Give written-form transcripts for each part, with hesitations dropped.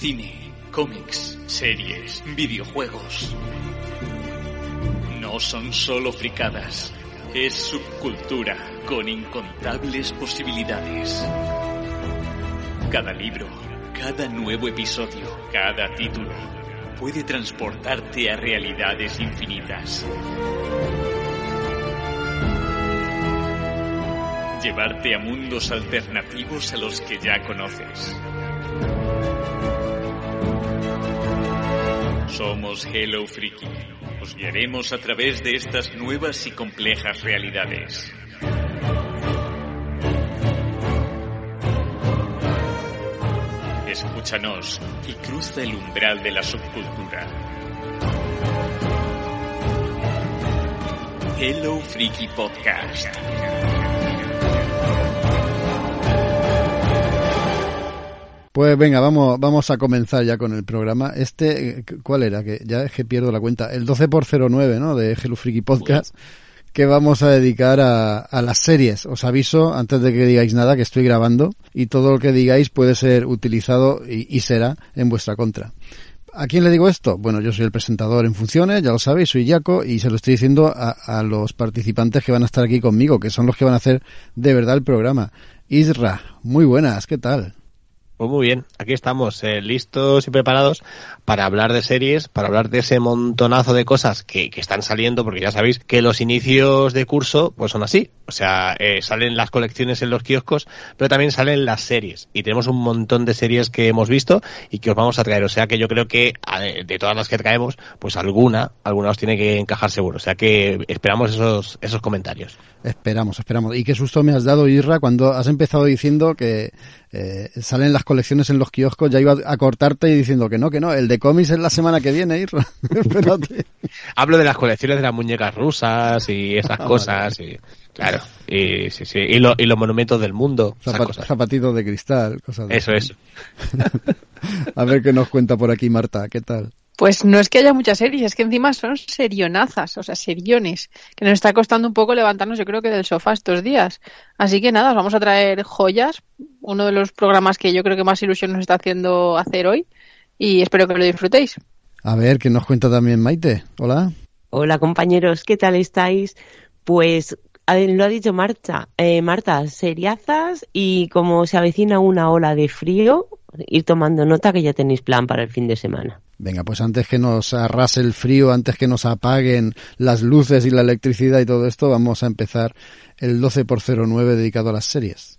Cine, cómics, series, videojuegos. No son solo fricadas, es subcultura con incontables posibilidades. Cada libro, cada nuevo episodio, cada título puede transportarte a realidades infinitas. Llevarte a mundos alternativos a los que ya conoces. Somos Hello Freaky. Os guiaremos a través de estas nuevas y complejas realidades. Escúchanos y cruza el umbral de la subcultura. Hello Freaky Podcast. Pues venga, vamos a comenzar ya con el programa. ¿Cuál era? Que ya es que pierdo la cuenta. El 12x09, ¿no? De Hello Freaky Podcast, que vamos a dedicar a las series. Os aviso, antes de que digáis nada, que estoy grabando y todo lo que digáis puede ser utilizado y será en vuestra contra. ¿A quién le digo esto? Bueno, yo soy el presentador en funciones, ya lo sabéis, soy Jaco, y se lo estoy diciendo a los participantes que van a estar aquí conmigo, que son los que van a hacer de verdad el programa. Isra, muy buenas, ¿qué tal? Pues muy bien, aquí estamos listos y preparados para hablar de series, para hablar de ese montonazo de cosas que están saliendo, porque ya sabéis que los inicios de curso pues son así, o sea, salen las colecciones en los kioscos, pero también salen las series, y tenemos un montón de series que hemos visto y que os vamos a traer, o sea que yo creo que de todas las que traemos, pues alguna os tiene que encajar seguro, o sea que esperamos esos comentarios. Esperamos. Y qué susto me has dado, Isra, cuando has empezado diciendo que salen las colecciones en los kioscos, ya iba a cortarte y diciendo que no, el de cómics es la semana que viene, Isra. Espérate. Hablo de las colecciones de las muñecas rusas y esas cosas, y claro, y sí, y los monumentos del mundo, zapatitos de cristal, cosas de eso. A ver qué nos cuenta por aquí Marta, ¿qué tal? Pues no es que haya muchas series, es que encima son serionazas, o sea, seriones, que nos está costando un poco levantarnos, yo creo que del sofá estos días. Así que nada, os vamos a traer joyas, uno de los programas que yo creo que más ilusión nos está haciendo hacer hoy, y espero que lo disfrutéis. A ver, ¿qué nos cuenta también Maite? Hola. Hola compañeros, ¿qué tal estáis? Pues lo ha dicho Marta, seriazas, y como se avecina una ola de frío, ir tomando nota que ya tenéis plan para el fin de semana. Venga, pues antes que nos arrase el frío, antes que nos apaguen las luces y la electricidad y todo esto, vamos a empezar el 12x09 dedicado a las series.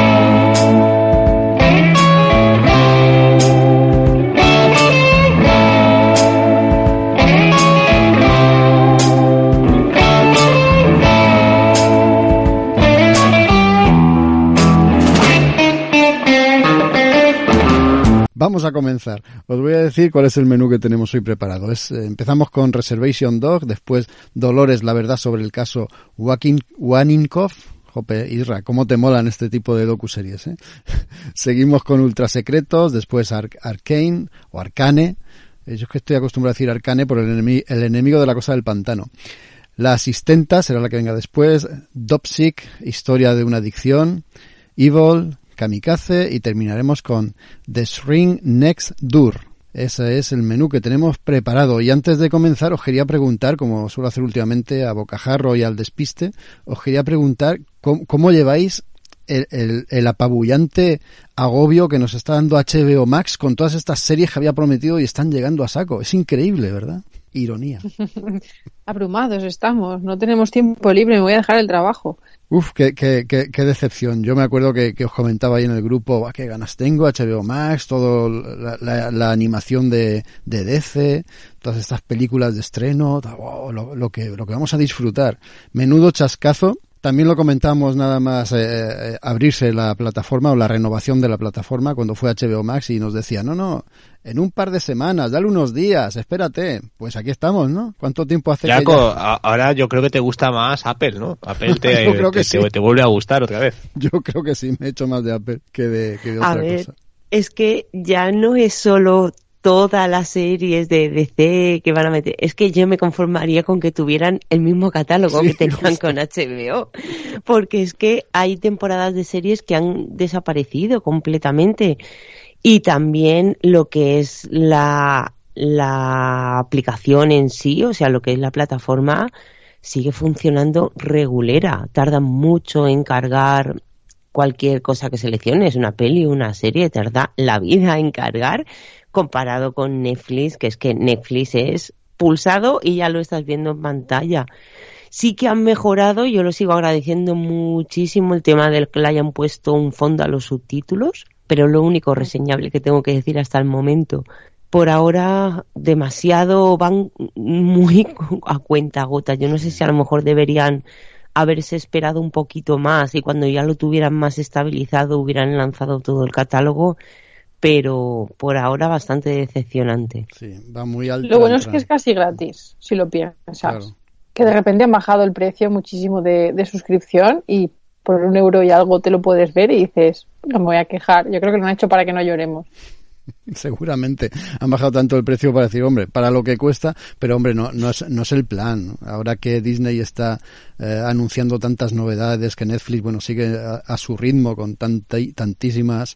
Vamos a comenzar. Os voy a decir cuál es el menú que tenemos hoy preparado. Empezamos con Reservation Dog, después Dolores, la verdad sobre el caso Waninkoff. Jope, Isra, cómo te molan este tipo de docuseries, ¿eh? Seguimos con Ultrasecretos, después Arcane o Arcane. Yo es que estoy acostumbrado a decir Arcane por el enemigo de la cosa del pantano. La asistenta será la que venga después. Dopsic, historia de una adicción. Evil, Kamikaze, y terminaremos con The Shrink Next Door. Ese es el menú que tenemos preparado. Y antes de comenzar os quería preguntar, como suelo hacer últimamente a bocajarro y al despiste, os quería preguntar cómo lleváis el apabullante agobio que nos está dando HBO Max con todas estas series que había prometido y están llegando a saco. Es increíble, ¿verdad? Ironía. Abrumados estamos, no tenemos tiempo libre, me voy a dejar el trabajo. Uf, qué decepción. Yo me acuerdo que os comentaba ahí en el grupo, qué ganas tengo, HBO Max, todo la animación de DC, todas estas películas de estreno, lo que vamos a disfrutar. Menudo chascazo. También lo comentamos nada más abrirse la plataforma o la renovación de la plataforma cuando fue HBO Max y nos decía, no, en un par de semanas, dale unos días, espérate. Pues aquí estamos, ¿no? ¿Cuánto tiempo hace Jaco, que ya... ahora yo creo que te gusta más Apple, ¿no? Apple te vuelve a gustar otra vez. Yo creo que sí, me he hecho más de Apple que de otra cosa. Es que ya no es solo todas las series de DC que van a meter. Es que yo me conformaría con que tuvieran el mismo catálogo que tenían con HBO. Porque es que hay temporadas de series que han desaparecido completamente. Y también lo que es la aplicación en sí, o sea, lo que es la plataforma, sigue funcionando regulera. Tarda mucho en cargar cualquier cosa que selecciones, una peli, una serie, tarda la vida en cargar, comparado con Netflix, que es que Netflix es pulsado y ya lo estás viendo en pantalla. Sí que han mejorado, yo lo sigo agradeciendo muchísimo el tema del que le hayan puesto un fondo a los subtítulos, pero lo único reseñable que tengo que decir hasta el momento. Por ahora, demasiado, van muy a cuentagotas. Yo no sé si a lo mejor deberían haberse esperado un poquito más y cuando ya lo tuvieran más estabilizado hubieran lanzado todo el catálogo, pero por ahora bastante decepcionante. Sí, va muy alto. Lo bueno es que es casi gratis, si lo piensas. Claro. Que de repente han bajado el precio muchísimo de suscripción y por €1 y algo te lo puedes ver y dices, no me voy a quejar. Yo creo que lo han hecho para que no lloremos. Seguramente han bajado tanto el precio para decir, hombre, para lo que cuesta, pero hombre, no es el plan. Ahora que Disney está anunciando tantas novedades, que Netflix, bueno, sigue a su ritmo con tantísimas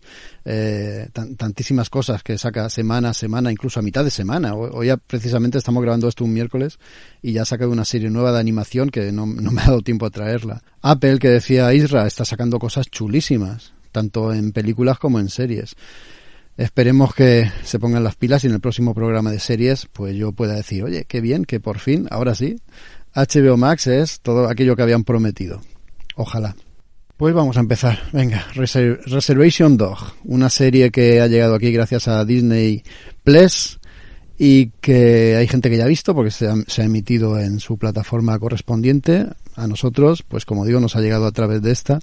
cosas que saca semana a semana, incluso a mitad de semana. Hoy ya precisamente estamos grabando esto un miércoles y ya ha sacado una serie nueva de animación que no me ha dado tiempo a traerla. Apple, que decía Isra, está sacando cosas chulísimas, tanto en películas como en series. Esperemos que se pongan las pilas y en el próximo programa de series pues yo pueda decir, oye, qué bien, que por fin, ahora sí, HBO Max es todo aquello que habían prometido. Ojalá. Pues vamos a empezar. Venga, Reservation Dog, una serie que ha llegado aquí gracias a Disney Plus y que hay gente que ya ha visto porque se ha emitido en su plataforma correspondiente. A nosotros, pues como digo, nos ha llegado a través de esta.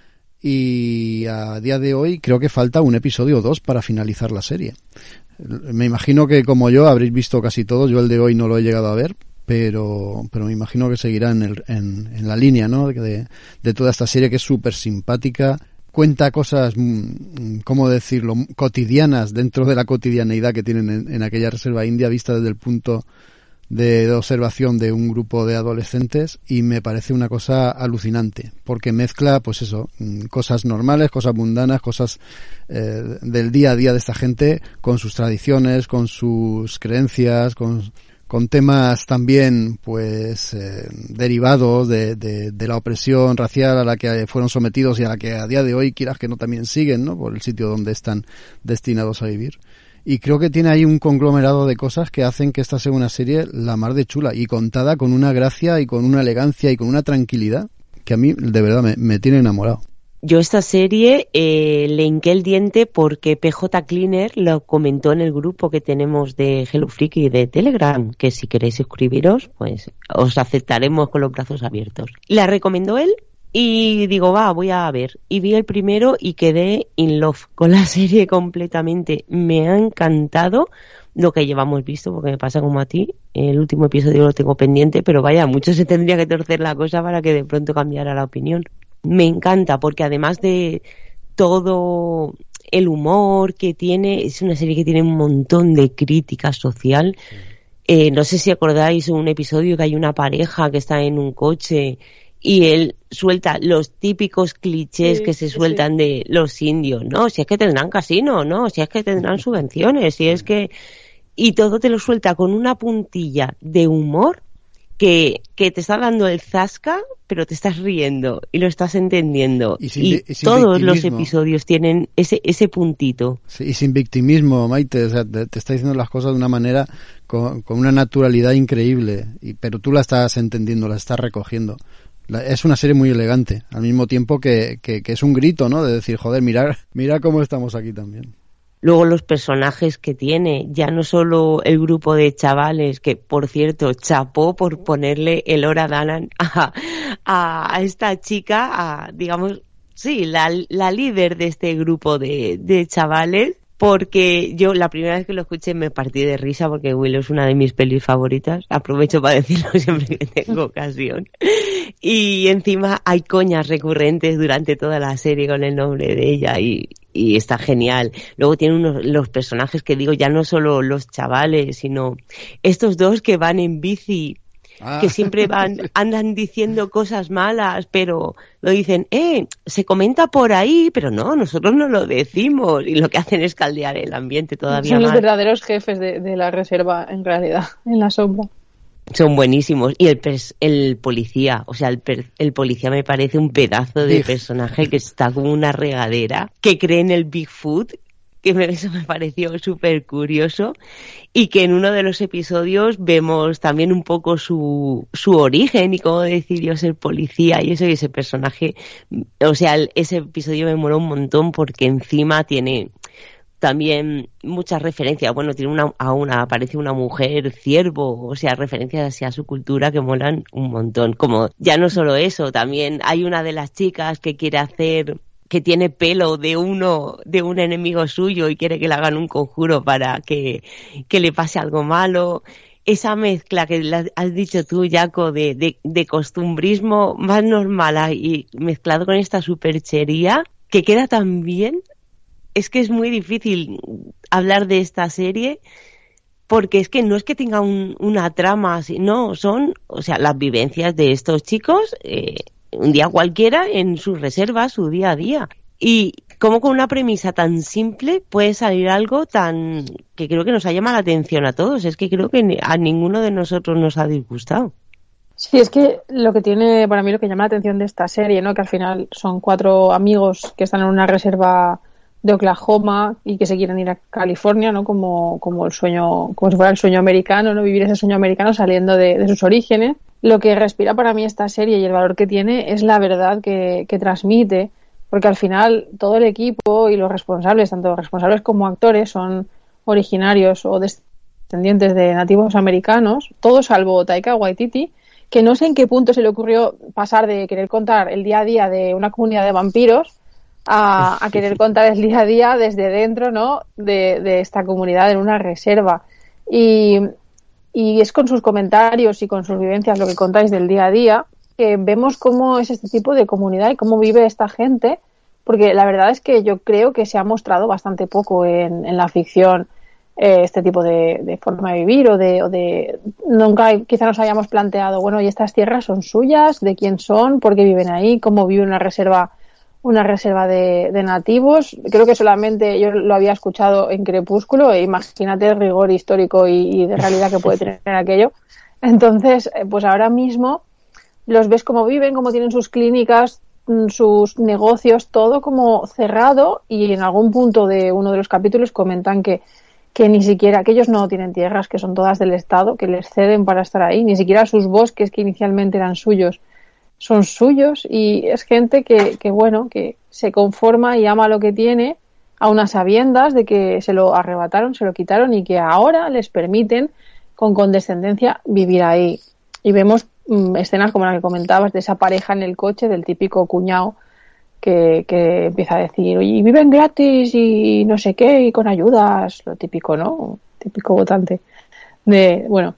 Y a día de hoy creo que falta un episodio o 2 para finalizar la serie. Me imagino que como yo habréis visto casi todos, yo el de hoy no lo he llegado a ver, pero me imagino que seguirá en la línea, ¿no? de toda esta serie que es súper simpática, cuenta cosas, ¿cómo decirlo?, cotidianas dentro de la cotidianeidad que tienen en aquella reserva india, vista desde el punto de observación de un grupo de adolescentes, y me parece una cosa alucinante porque mezcla, pues eso, cosas normales, cosas mundanas, cosas del día a día de esta gente, con sus tradiciones, con sus creencias, con temas también pues derivados de la opresión racial a la que fueron sometidos y a la que a día de hoy, quieras que no, también siguen, ¿no?, por el sitio donde están destinados a vivir. Y creo que tiene ahí un conglomerado de cosas que hacen que esta sea una serie la mar de chula y contada con una gracia y con una elegancia y con una tranquilidad que a mí de verdad me tiene enamorado. Yo esta serie le hinqué el diente porque PJ Cleaner lo comentó en el grupo que tenemos de Hello Freaky de Telegram, que si queréis suscribiros, pues os aceptaremos con los brazos abiertos. La recomendó él. Y digo, voy a ver. Y vi el primero y quedé in love con la serie completamente. Me ha encantado lo que llevamos visto, porque me pasa como a ti. El último episodio lo tengo pendiente, pero vaya, mucho se tendría que torcer la cosa para que de pronto cambiara la opinión. Me encanta, porque además de todo el humor que tiene, es una serie que tiene un montón de crítica social. No sé si acordáis un episodio que hay una pareja que está en un coche y él suelta los típicos clichés que se sueltan de los indios, ¿no? Si es que tendrán casino, ¿no? Si es que tendrán subvenciones, si es que... Y todo te lo suelta con una puntilla de humor que te está dando el zasca, pero te estás riendo y lo estás entendiendo. Y sin todos los episodios tienen ese puntito. Sí, y sin victimismo, Maite. O sea, te está diciendo las cosas de una manera con una naturalidad increíble, pero tú la estás entendiendo, la estás recogiendo. Es una serie muy elegante, al mismo tiempo que es un grito, ¿no? De decir, joder, mira cómo estamos aquí también. Luego los personajes que tiene, ya no solo el grupo de chavales, que por cierto, chapó por ponerle el Hora Danan a esta chica, digamos, sí, la líder de este grupo de chavales, porque yo la primera vez que lo escuché me partí de risa porque Willow es una de mis pelis favoritas. Aprovecho para decirlo siempre que tengo ocasión. Y encima hay coñas recurrentes durante toda la serie con el nombre de ella y está genial. Luego tiene los personajes que digo, ya no solo los chavales, sino estos dos que van en bici que siempre andan diciendo cosas malas, pero lo dicen, se comenta por ahí, pero no, nosotros no lo decimos, y lo que hacen es caldear el ambiente todavía Son más. los verdaderos jefes de la reserva, en realidad, en la sombra. Son buenísimos. Y el policía, o sea, el policía me parece un pedazo de personaje que está como una regadera, que cree en el Bigfoot, eso me pareció súper curioso, y que en uno de los episodios vemos también un poco su origen y cómo decidió ser policía y eso, y ese personaje, o sea, ese episodio me moló un montón porque encima tiene también muchas referencias, bueno, tiene aparece una mujer ciervo, o sea, referencias hacia su cultura que molan un montón. Como ya no solo eso, también hay una de las chicas que quiere hacer, que tiene pelo de un enemigo suyo y quiere que le hagan un conjuro para que le pase algo malo. Esa mezcla que has dicho tú, Jaco, de costumbrismo más normal y mezclado con esta superchería, que queda tan bien. Es que es muy difícil hablar de esta serie porque es que no es que tenga una trama, no, son, o sea, las vivencias de estos chicos un día cualquiera en sus reservas, su día a día. Y cómo con una premisa tan simple puede salir algo tan que creo que nos ha llamado la atención a todos. Es que creo que a ninguno de nosotros nos ha disgustado. Sí, es que lo que tiene, para mí, lo que llama la atención de esta serie, ¿no? Que al final son 4 amigos que están en una reserva de Oklahoma y que se quieren ir a California, ¿no? Como el sueño, como si fuera el sueño americano, ¿no? Vivir ese sueño americano saliendo de sus orígenes. Lo que respira para mí esta serie y el valor que tiene es la verdad que transmite, porque al final todo el equipo y los responsables, tanto responsables como actores, son originarios o descendientes de nativos americanos, todos salvo Taika Waititi, que no sé en qué punto se le ocurrió pasar de querer contar el día a día de una comunidad de vampiros a querer contar el día a día desde dentro, ¿no? de esta comunidad en una reserva. Y es con sus comentarios y con sus vivencias, lo que contáis del día a día, que vemos cómo es este tipo de comunidad y cómo vive esta gente, porque la verdad es que yo creo que se ha mostrado bastante poco en la ficción este tipo de forma de vivir o de nunca quizá nos hayamos planteado, bueno, ¿y estas tierras son suyas? ¿De quién son? ¿Por qué viven ahí? ¿Cómo vive una reserva de nativos? Creo que solamente yo lo había escuchado en Crepúsculo, e imagínate el rigor histórico y de realidad que puede tener aquello. Entonces, pues ahora mismo los ves cómo viven, cómo tienen sus clínicas, sus negocios, todo como cerrado, y en algún punto de uno de los capítulos comentan que ni siquiera, que ellos no tienen tierras, que son todas del Estado, que les ceden para estar ahí, ni siquiera sus bosques que inicialmente eran suyos son suyos, y es gente que bueno, que se conforma y ama lo que tiene a unas sabiendas de que se lo arrebataron, se lo quitaron y que ahora les permiten con condescendencia vivir ahí. Y vemos escenas como la que comentabas de esa pareja en el coche, del típico cuñado que empieza a decir, oye, viven gratis y no sé qué, y con ayudas, lo típico, ¿no? Típico votante. Bueno,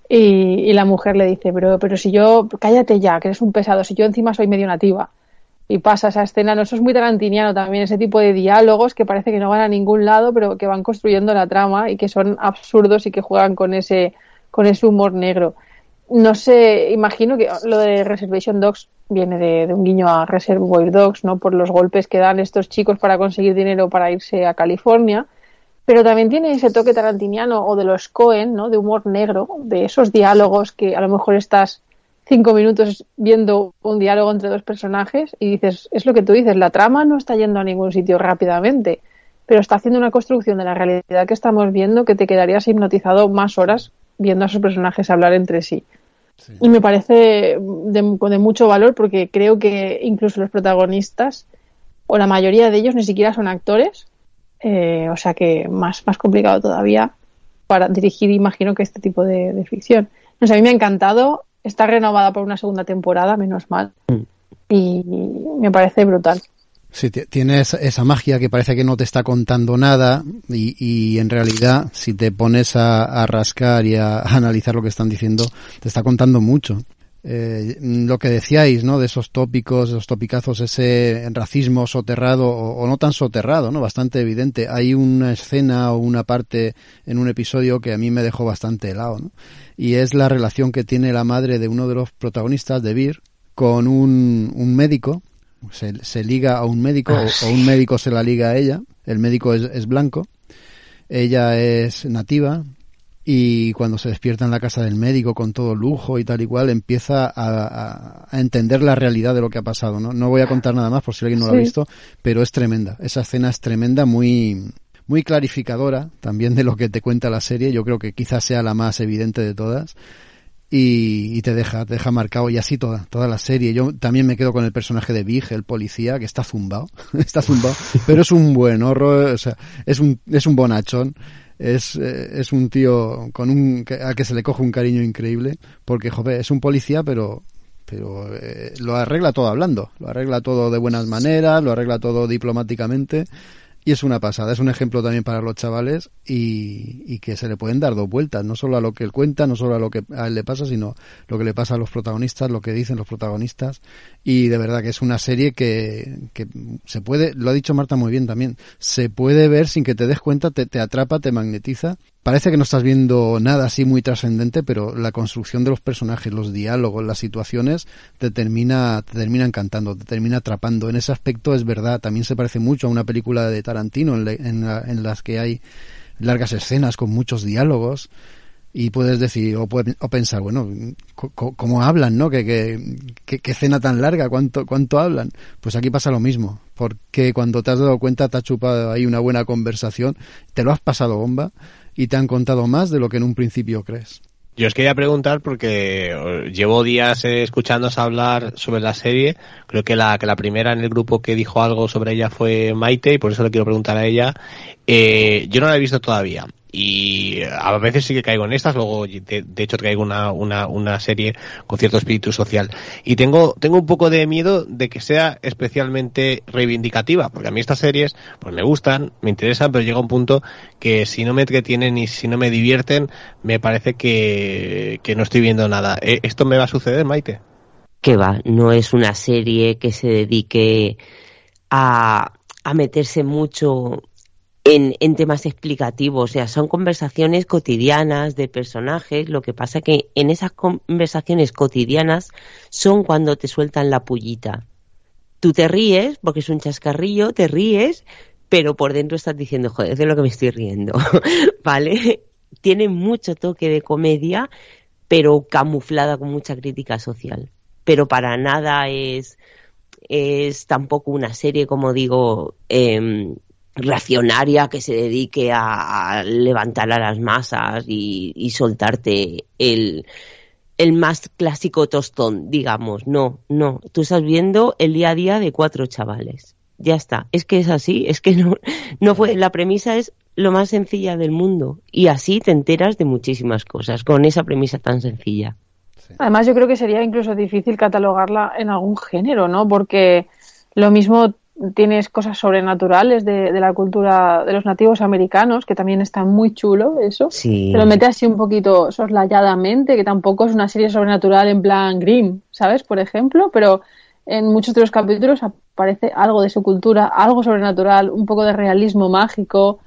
y la mujer le dice, pero si yo, cállate ya, que eres un pesado, si yo encima soy medio nativa. Y pasa esa escena, ¿no? Eso es muy tarantiniano también, ese tipo de diálogos que parece que no van a ningún lado, pero que van construyendo la trama y que son absurdos y que juegan con ese humor negro. No sé, imagino que lo de Reservation Dogs viene de un guiño a Reservoir Dogs, ¿no? Por los golpes que dan estos chicos para conseguir dinero para irse a California, pero también tiene ese toque tarantiniano o de los Coen, ¿no? De humor negro, de esos diálogos que a lo mejor estás 5 minutos viendo un diálogo entre 2 personajes y dices, es lo que tú dices, la trama no está yendo a ningún sitio rápidamente, pero está haciendo una construcción de la realidad que estamos viendo que te quedarías hipnotizado más horas viendo a esos personajes hablar entre sí. Sí. Y me parece de mucho valor porque creo que incluso los protagonistas o la mayoría de ellos ni siquiera son actores, o sea que más complicado todavía para dirigir, imagino, que este tipo de ficción. No sé, a mí me ha encantado, está renovada por una segunda temporada, menos mal, y me parece brutal. Sí, tiene esa magia que parece que no te está contando nada y en realidad si te pones a rascar y a analizar lo que están diciendo, te está contando mucho. lo que decíais, ¿no? De esos tópicos, esos topicazos, ese racismo soterrado o no tan soterrado, ¿no? Bastante evidente. Hay una escena o una parte en un episodio que a mí me dejó bastante helado, ¿no? Y es la relación que tiene la madre de uno de los protagonistas, de Beer, con un médico. Se liga a un médico o un médico se la liga a ella. El médico es blanco, ella es nativa. Y cuando se despierta en la casa del médico con todo lujo y tal y cual, empieza a entender la realidad de lo que ha pasado, ¿no? No voy a contar nada más por si alguien no lo ha visto, pero es tremenda. Esa escena es tremenda, muy clarificadora también de lo que te cuenta la serie. Yo creo que quizás sea la más evidente de todas. Y te deja marcado, y así toda la serie. Yo también me quedo con el personaje de Big, el policía, que está zumbado, pero es un buen horror, o sea, es un bonachón. Es un tío al que se le coge un cariño increíble, porque joder, es un policía, pero lo arregla todo hablando, lo arregla todo de buenas maneras, lo arregla todo diplomáticamente, y es una pasada. Es un ejemplo también para los chavales, y que se le pueden dar dos vueltas, no solo a lo que él cuenta, no solo a lo que a él le pasa, sino lo que le pasa a los protagonistas, lo que dicen los protagonistas. Y de verdad que es una serie que se puede, lo ha dicho Marta muy bien también, se puede ver sin que te des cuenta, te atrapa, te magnetiza. Parece que no estás viendo nada así muy trascendente, pero la construcción de los personajes, los diálogos, las situaciones, te termina encantando, te termina atrapando. En ese aspecto es verdad, también se parece mucho a una película de Tarantino en las que hay largas escenas con muchos diálogos, y puedes decir o pensar, bueno, ¿cómo hablan, no? ¿Qué escena tan larga? ¿Cuánto hablan? Pues aquí pasa lo mismo, porque cuando te has dado cuenta te has chupado ahí una buena conversación, te lo has pasado bomba y te han contado más de lo que en un principio crees. Yo os quería preguntar, porque llevo días escuchándoos hablar sobre la serie. Creo que la primera en el grupo que dijo algo sobre ella fue Maite, y por eso le quiero preguntar a ella. Yo no la he visto todavía, y a veces sí que caigo en estas, luego de hecho caigo una serie con cierto espíritu social, y tengo un poco de miedo de que sea especialmente reivindicativa, porque a mí estas series pues me gustan, me interesan, pero llega un punto que si no me entretienen y si no me divierten, me parece que no estoy viendo nada. ¿Esto me va a suceder, Maite? Que va, no es una serie que se dedique a meterse mucho en temas explicativos, o sea, son conversaciones cotidianas de personajes. Lo que pasa que en esas conversaciones cotidianas son cuando te sueltan la pullita. Tú te ríes, porque es un chascarrillo, te ríes, pero por dentro estás diciendo, joder, de lo que me estoy riendo, ¿vale? Tiene mucho toque de comedia, pero camuflada con mucha crítica social. Pero para nada es tampoco una serie, como digo, reaccionaria, que se dedique a levantar a las masas y soltarte el más clásico tostón, digamos. No, tú estás viendo el día a día de 4 chavales. Ya está, es que es así, es que no fue, la premisa es lo más sencilla del mundo, y así te enteras de muchísimas cosas con esa premisa tan sencilla. Además, yo creo que sería incluso difícil catalogarla en algún género, ¿no? Porque lo mismo tienes cosas sobrenaturales de la cultura de los nativos americanos, que también está muy chulo eso. Sí. Te lo mete así un poquito soslayadamente, que tampoco es una serie sobrenatural en plan Grimm, ¿sabes? Por ejemplo, pero en muchos de los capítulos aparece algo de su cultura, algo sobrenatural, un poco de realismo mágico.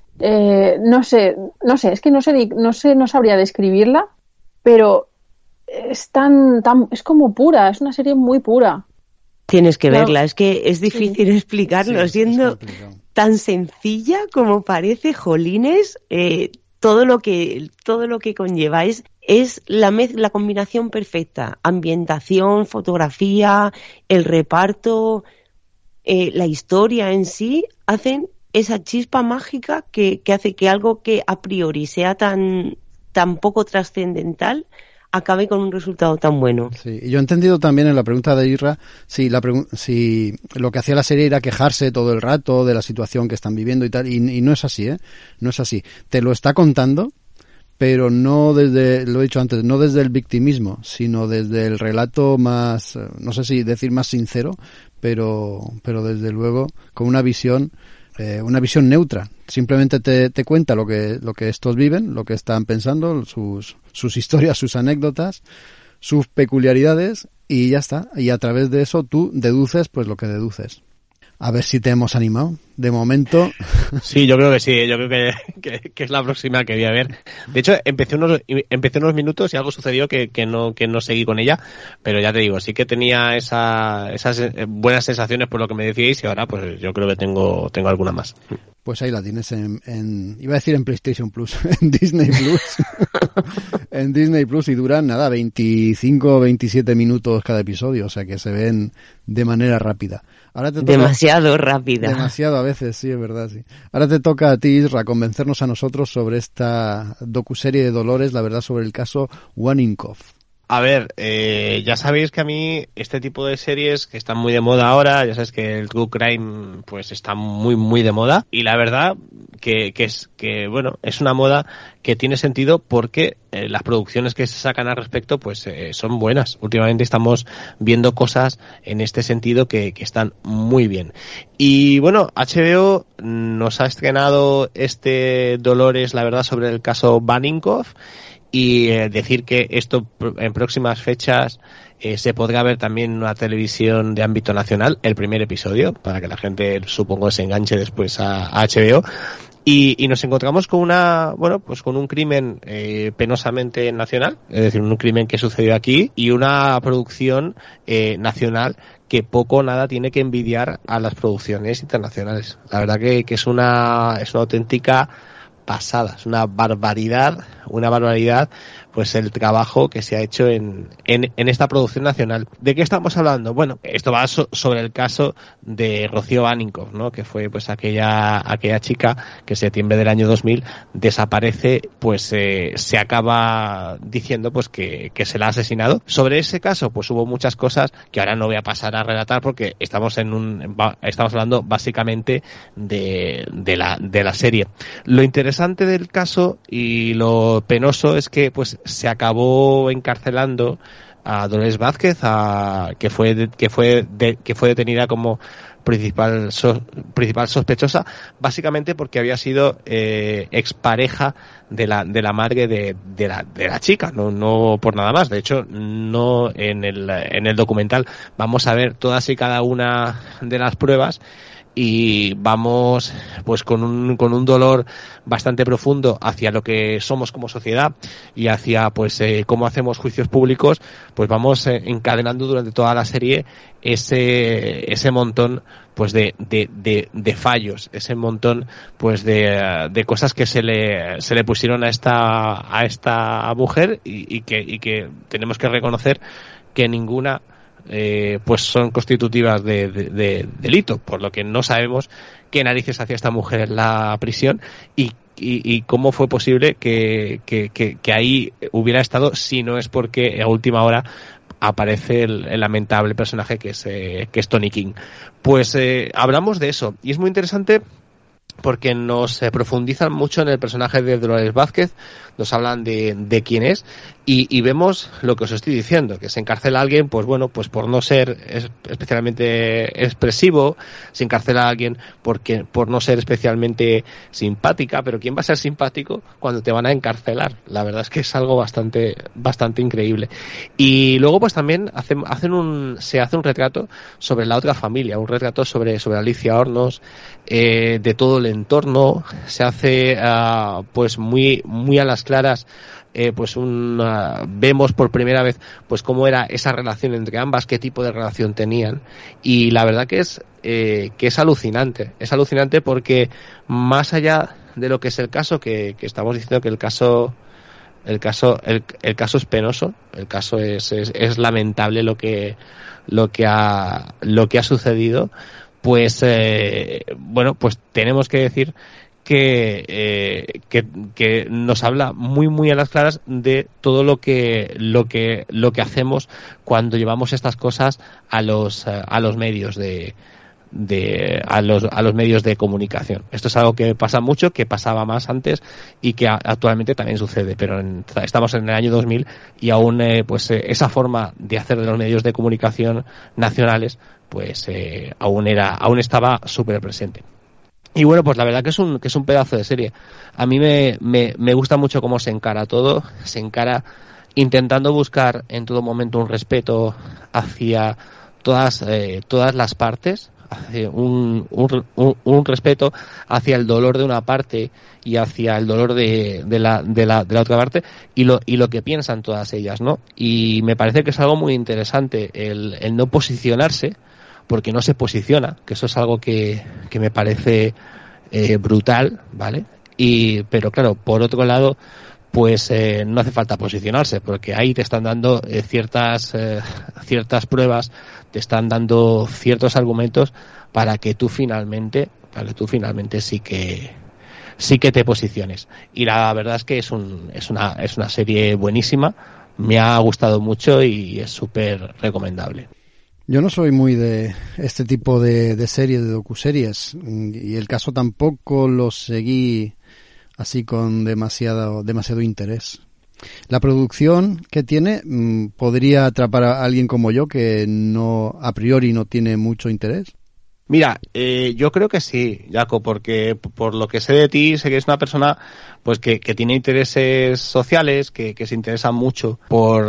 No sé, es que no sabría describirla, pero es es como pura, es una serie muy pura. Tienes que verla, es que es difícil explicarlo, siendo tan sencilla como parece, jolines, todo lo que conlleva es la combinación perfecta, ambientación, fotografía, el reparto, la historia en sí, hacen esa chispa mágica que hace que algo que a priori sea tan poco trascendental acabe con un resultado tan bueno. Sí, y yo he entendido también en la pregunta de Isra si lo que hacía la serie era quejarse todo el rato de la situación que están viviendo y tal, y no es así, no es así. Te lo está contando, pero no desde, lo he dicho antes, no desde el victimismo, sino desde el relato más, no sé si decir más sincero, pero desde luego con una visión neutra. Simplemente te cuenta lo que estos viven, lo que están pensando, sus historias, sus anécdotas, sus peculiaridades y ya está. Y a través de eso tú deduces pues lo que deduces. A ver si te hemos animado. De momento... Sí, yo creo que sí. Yo creo que es la próxima que voy a ver. De hecho, empecé unos minutos y algo sucedió que no seguí con ella. Pero ya te digo, sí que tenía esas buenas sensaciones por lo que me decíais y ahora pues yo creo que tengo alguna más. Pues ahí la tienes iba a decir en PlayStation Plus, en Disney Plus. En Disney Plus y duran, 25 o 27 minutos cada episodio. O sea que se ven de manera rápida. Ahora te toca... Demasiado rápida. Demasiado a veces, sí, es verdad, sí. Ahora te toca a ti, Isra, convencernos a nosotros sobre esta docuserie de Dolores, la verdad sobre el caso Waninkoff. A ver, ya sabéis que a mí este tipo de series que están muy de moda ahora, ya sabéis que el True Crime pues está muy muy de moda y la verdad que es una moda que tiene sentido porque las producciones que se sacan al respecto pues son buenas. Últimamente estamos viendo cosas en este sentido que están muy bien. Y bueno, HBO nos ha estrenado este Dolores, la verdad, sobre el caso Waninkoff. Y decir que esto en próximas fechas se podrá ver también en una televisión de ámbito nacional, el primer episodio, para que la gente, supongo, se enganche después a HBO. Y nos encontramos con con un crimen penosamente nacional, es decir, un crimen que sucedió aquí y una producción nacional que poco o nada tiene que envidiar a las producciones internacionales. La verdad que es una auténtica pasada, es una barbaridad, pues el trabajo que se ha hecho en esta producción nacional. ¿De qué estamos hablando? Bueno, esto va sobre el caso de Rocío Waninkoff, ¿no? Que fue pues aquella chica que en septiembre del año 2000 desaparece, pues se acaba diciendo pues que se la ha asesinado. Sobre ese caso pues hubo muchas cosas que ahora no voy a pasar a relatar porque estamos hablando básicamente de la serie. Lo interesante del caso y lo penoso es que pues se acabó encarcelando a Dolores Vázquez, que fue detenida como principal sospechosa, básicamente porque había sido expareja de la madre de la chica, no por nada más. De hecho, no en el documental vamos a ver todas y cada una de las pruebas. Y vamos pues con un dolor bastante profundo hacia lo que somos como sociedad y hacia pues cómo hacemos juicios públicos, pues vamos encadenando durante toda la serie ese montón pues de fallos, ese montón pues de cosas que se le pusieron a esta mujer y que tenemos que reconocer que ninguna pues son constitutivas de delito, por lo que no sabemos qué narices hacía esta mujer en la prisión y cómo fue posible que ahí hubiera estado, si no es porque a última hora aparece el lamentable personaje que es Tony King. Pues hablamos de eso y es muy interesante porque nos profundizan mucho en el personaje de Dolores Vázquez, nos hablan de quién es y vemos lo que os estoy diciendo, que se encarcela a alguien, pues bueno, pues por no ser especialmente expresivo, se encarcela a alguien por no ser especialmente simpática, pero ¿quién va a ser simpático cuando te van a encarcelar? La verdad es que es algo bastante increíble. Y luego pues también se hace un retrato sobre la otra familia, un retrato sobre Alicia Hornos, de todo el entorno, se hace pues muy muy a las claras, pues vemos por primera vez pues cómo era esa relación entre ambas, qué tipo de relación tenían, y la verdad que es alucinante porque más allá de lo que es el caso, que estamos diciendo que el caso es penoso, el caso es lamentable lo que ha sucedido, pues bueno, pues tenemos que decir que nos habla muy muy a las claras de todo lo que hacemos cuando llevamos estas cosas a los medios a los medios de comunicación. Esto es algo que pasa mucho, que pasaba más antes y que actualmente también sucede, pero estamos en el año 2000 y aún pues esa forma de hacer de los medios de comunicación nacionales pues aún estaba súper presente. Y bueno, pues la verdad que es un pedazo de serie. A mí me gusta mucho cómo se encara todo, se encara intentando buscar en todo momento un respeto hacia todas las partes, un respeto hacia el dolor de una parte y hacia el dolor de la otra parte y lo que piensan todas ellas, ¿no? Y me parece que es algo muy interesante el no posicionarse, porque no se posiciona, que eso es algo que me parece brutal, ¿vale? Pero claro, por otro lado, pues no hace falta posicionarse, porque ahí te están dando ciertas pruebas, te están dando ciertos argumentos para que tú finalmente sí que te posiciones. Y la verdad es que es una serie buenísima, me ha gustado mucho y es súper recomendable. Yo no soy muy de este tipo de series, de docuseries, y el caso tampoco lo seguí así con demasiado interés. La producción que tiene podría atrapar a alguien como yo que a priori no tiene mucho interés. Mira, yo creo que sí, Jaco, porque por lo que sé de ti, sé que es una persona pues que tiene intereses sociales, que se interesa mucho por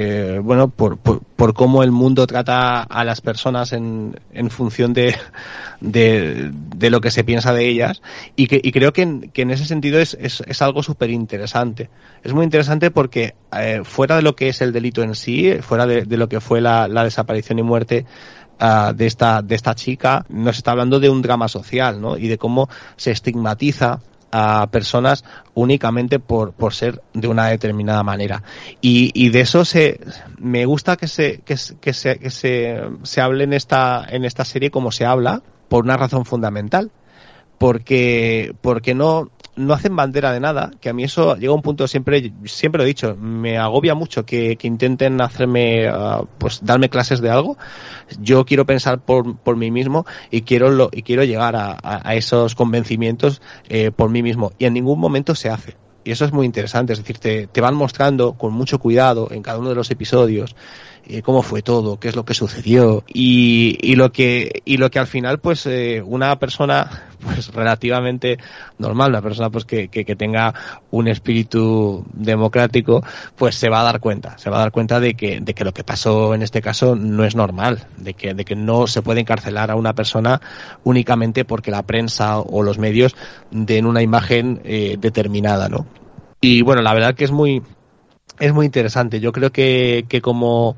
cómo el mundo trata a las personas en función de lo que se piensa de ellas, y creo que en ese sentido es algo súper interesante. Es muy interesante porque fuera de lo que es el delito en sí, fuera de lo que fue la desaparición y muerte de esta chica, nos está hablando de un drama social, ¿no? Y de cómo se estigmatiza a personas únicamente por ser de una determinada manera. Y de eso me gusta que se hable en esta serie como se habla, por una razón fundamental. Porque no hacen bandera de nada, que a mí eso llega a un punto, siempre lo he dicho, me agobia mucho que intenten hacerme, darme clases de algo. Yo quiero pensar por mí mismo y quiero llegar a esos convencimientos por mí mismo, y en ningún momento se hace. Y eso es muy interesante, es decir, te van mostrando con mucho cuidado en cada uno de los episodios cómo fue todo, qué es lo que sucedió y lo que al final pues una persona pues relativamente normal, una persona pues que tenga un espíritu democrático, pues se va a dar cuenta de que lo que pasó en este caso no es normal, de que no se puede encarcelar a una persona únicamente porque la prensa o los medios den una imagen determinada, ¿no? Y bueno, la verdad que es muy interesante. Yo creo que como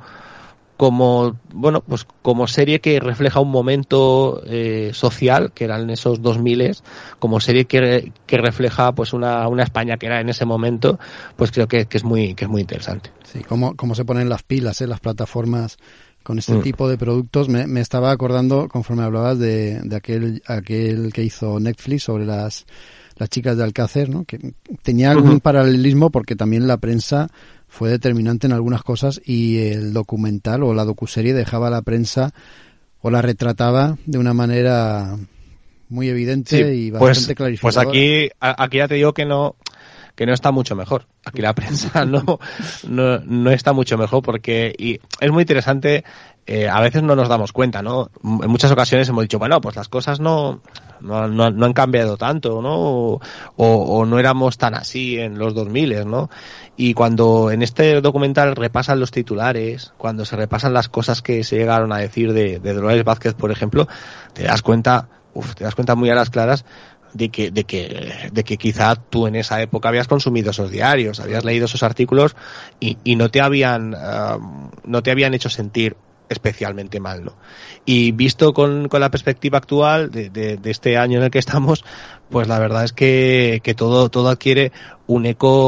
serie que refleja un momento social que eran esos 2000, como serie que refleja pues una España que era en ese momento, pues creo que es muy interesante. Sí, cómo se ponen las pilas las plataformas con este tipo de productos. Me estaba acordando, conforme hablabas, de aquel que hizo Netflix sobre las chicas de Alcácer, ¿no? Que tenía algún paralelismo, porque también la prensa fue determinante en algunas cosas, y el documental o la docuserie dejaba a la prensa o la retrataba de una manera muy evidente y bastante clarificadora. Pues aquí ya te digo que no está mucho mejor. Aquí la prensa no está mucho mejor, porque y es muy interesante. A veces no nos damos cuenta, ¿no? En muchas ocasiones hemos dicho, bueno, pues las cosas no han cambiado tanto, ¿no? O no éramos tan así en los 2000, ¿no? Y cuando en este documental repasan los titulares, cuando se repasan las cosas que se llegaron a decir de Dolores Vázquez, por ejemplo, te das cuenta muy a las claras de que quizá tú en esa época habías consumido esos diarios, habías leído esos artículos y no te habían hecho sentir especialmente mal, ¿no? Y visto con la perspectiva actual de este año en el que estamos, pues la verdad es que todo adquiere un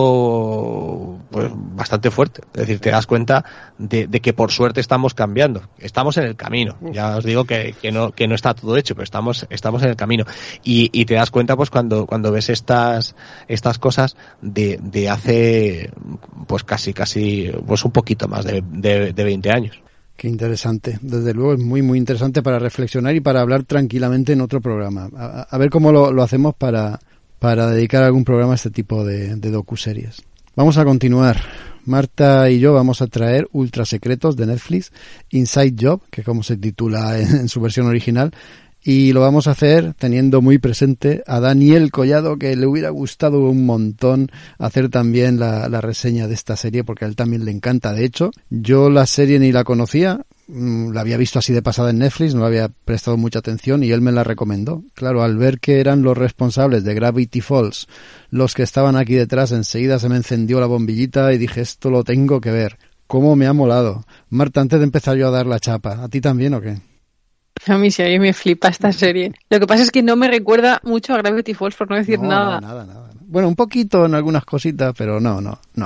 eco pues bastante fuerte. Es decir, te das cuenta de que por suerte estamos cambiando, estamos en el camino. Ya os digo que no está todo hecho, pero estamos en el camino. Y te das cuenta pues cuando ves estas cosas de hace pues casi pues un poquito más de 20 años. Qué interesante. Desde luego es muy, muy interesante para reflexionar y para hablar tranquilamente en otro programa. A ver cómo lo hacemos para dedicar algún programa a este tipo de docuseries. Vamos a continuar. Marta y yo vamos a traer Ultra Secretos de Netflix, Inside Job, que es como se titula en su versión original, Y lo vamos a hacer teniendo muy presente a Daniel Collado, que le hubiera gustado un montón hacer también la reseña de esta serie, porque a él también le encanta. De hecho, yo la serie ni la conocía, la había visto así de pasada en Netflix, no le había prestado mucha atención y él me la recomendó. Claro, al ver que eran los responsables de Gravity Falls los que estaban aquí detrás, enseguida se me encendió la bombillita y dije, esto lo tengo que ver. ¿Cómo me ha molado? Marta, antes de empezar yo a dar la chapa, ¿a ti también o qué? A mí sí, a mí me flipa esta serie. Lo que pasa es que no me recuerda mucho a Gravity Falls, por no decir nada. No, nada. Bueno, un poquito en algunas cositas, pero no.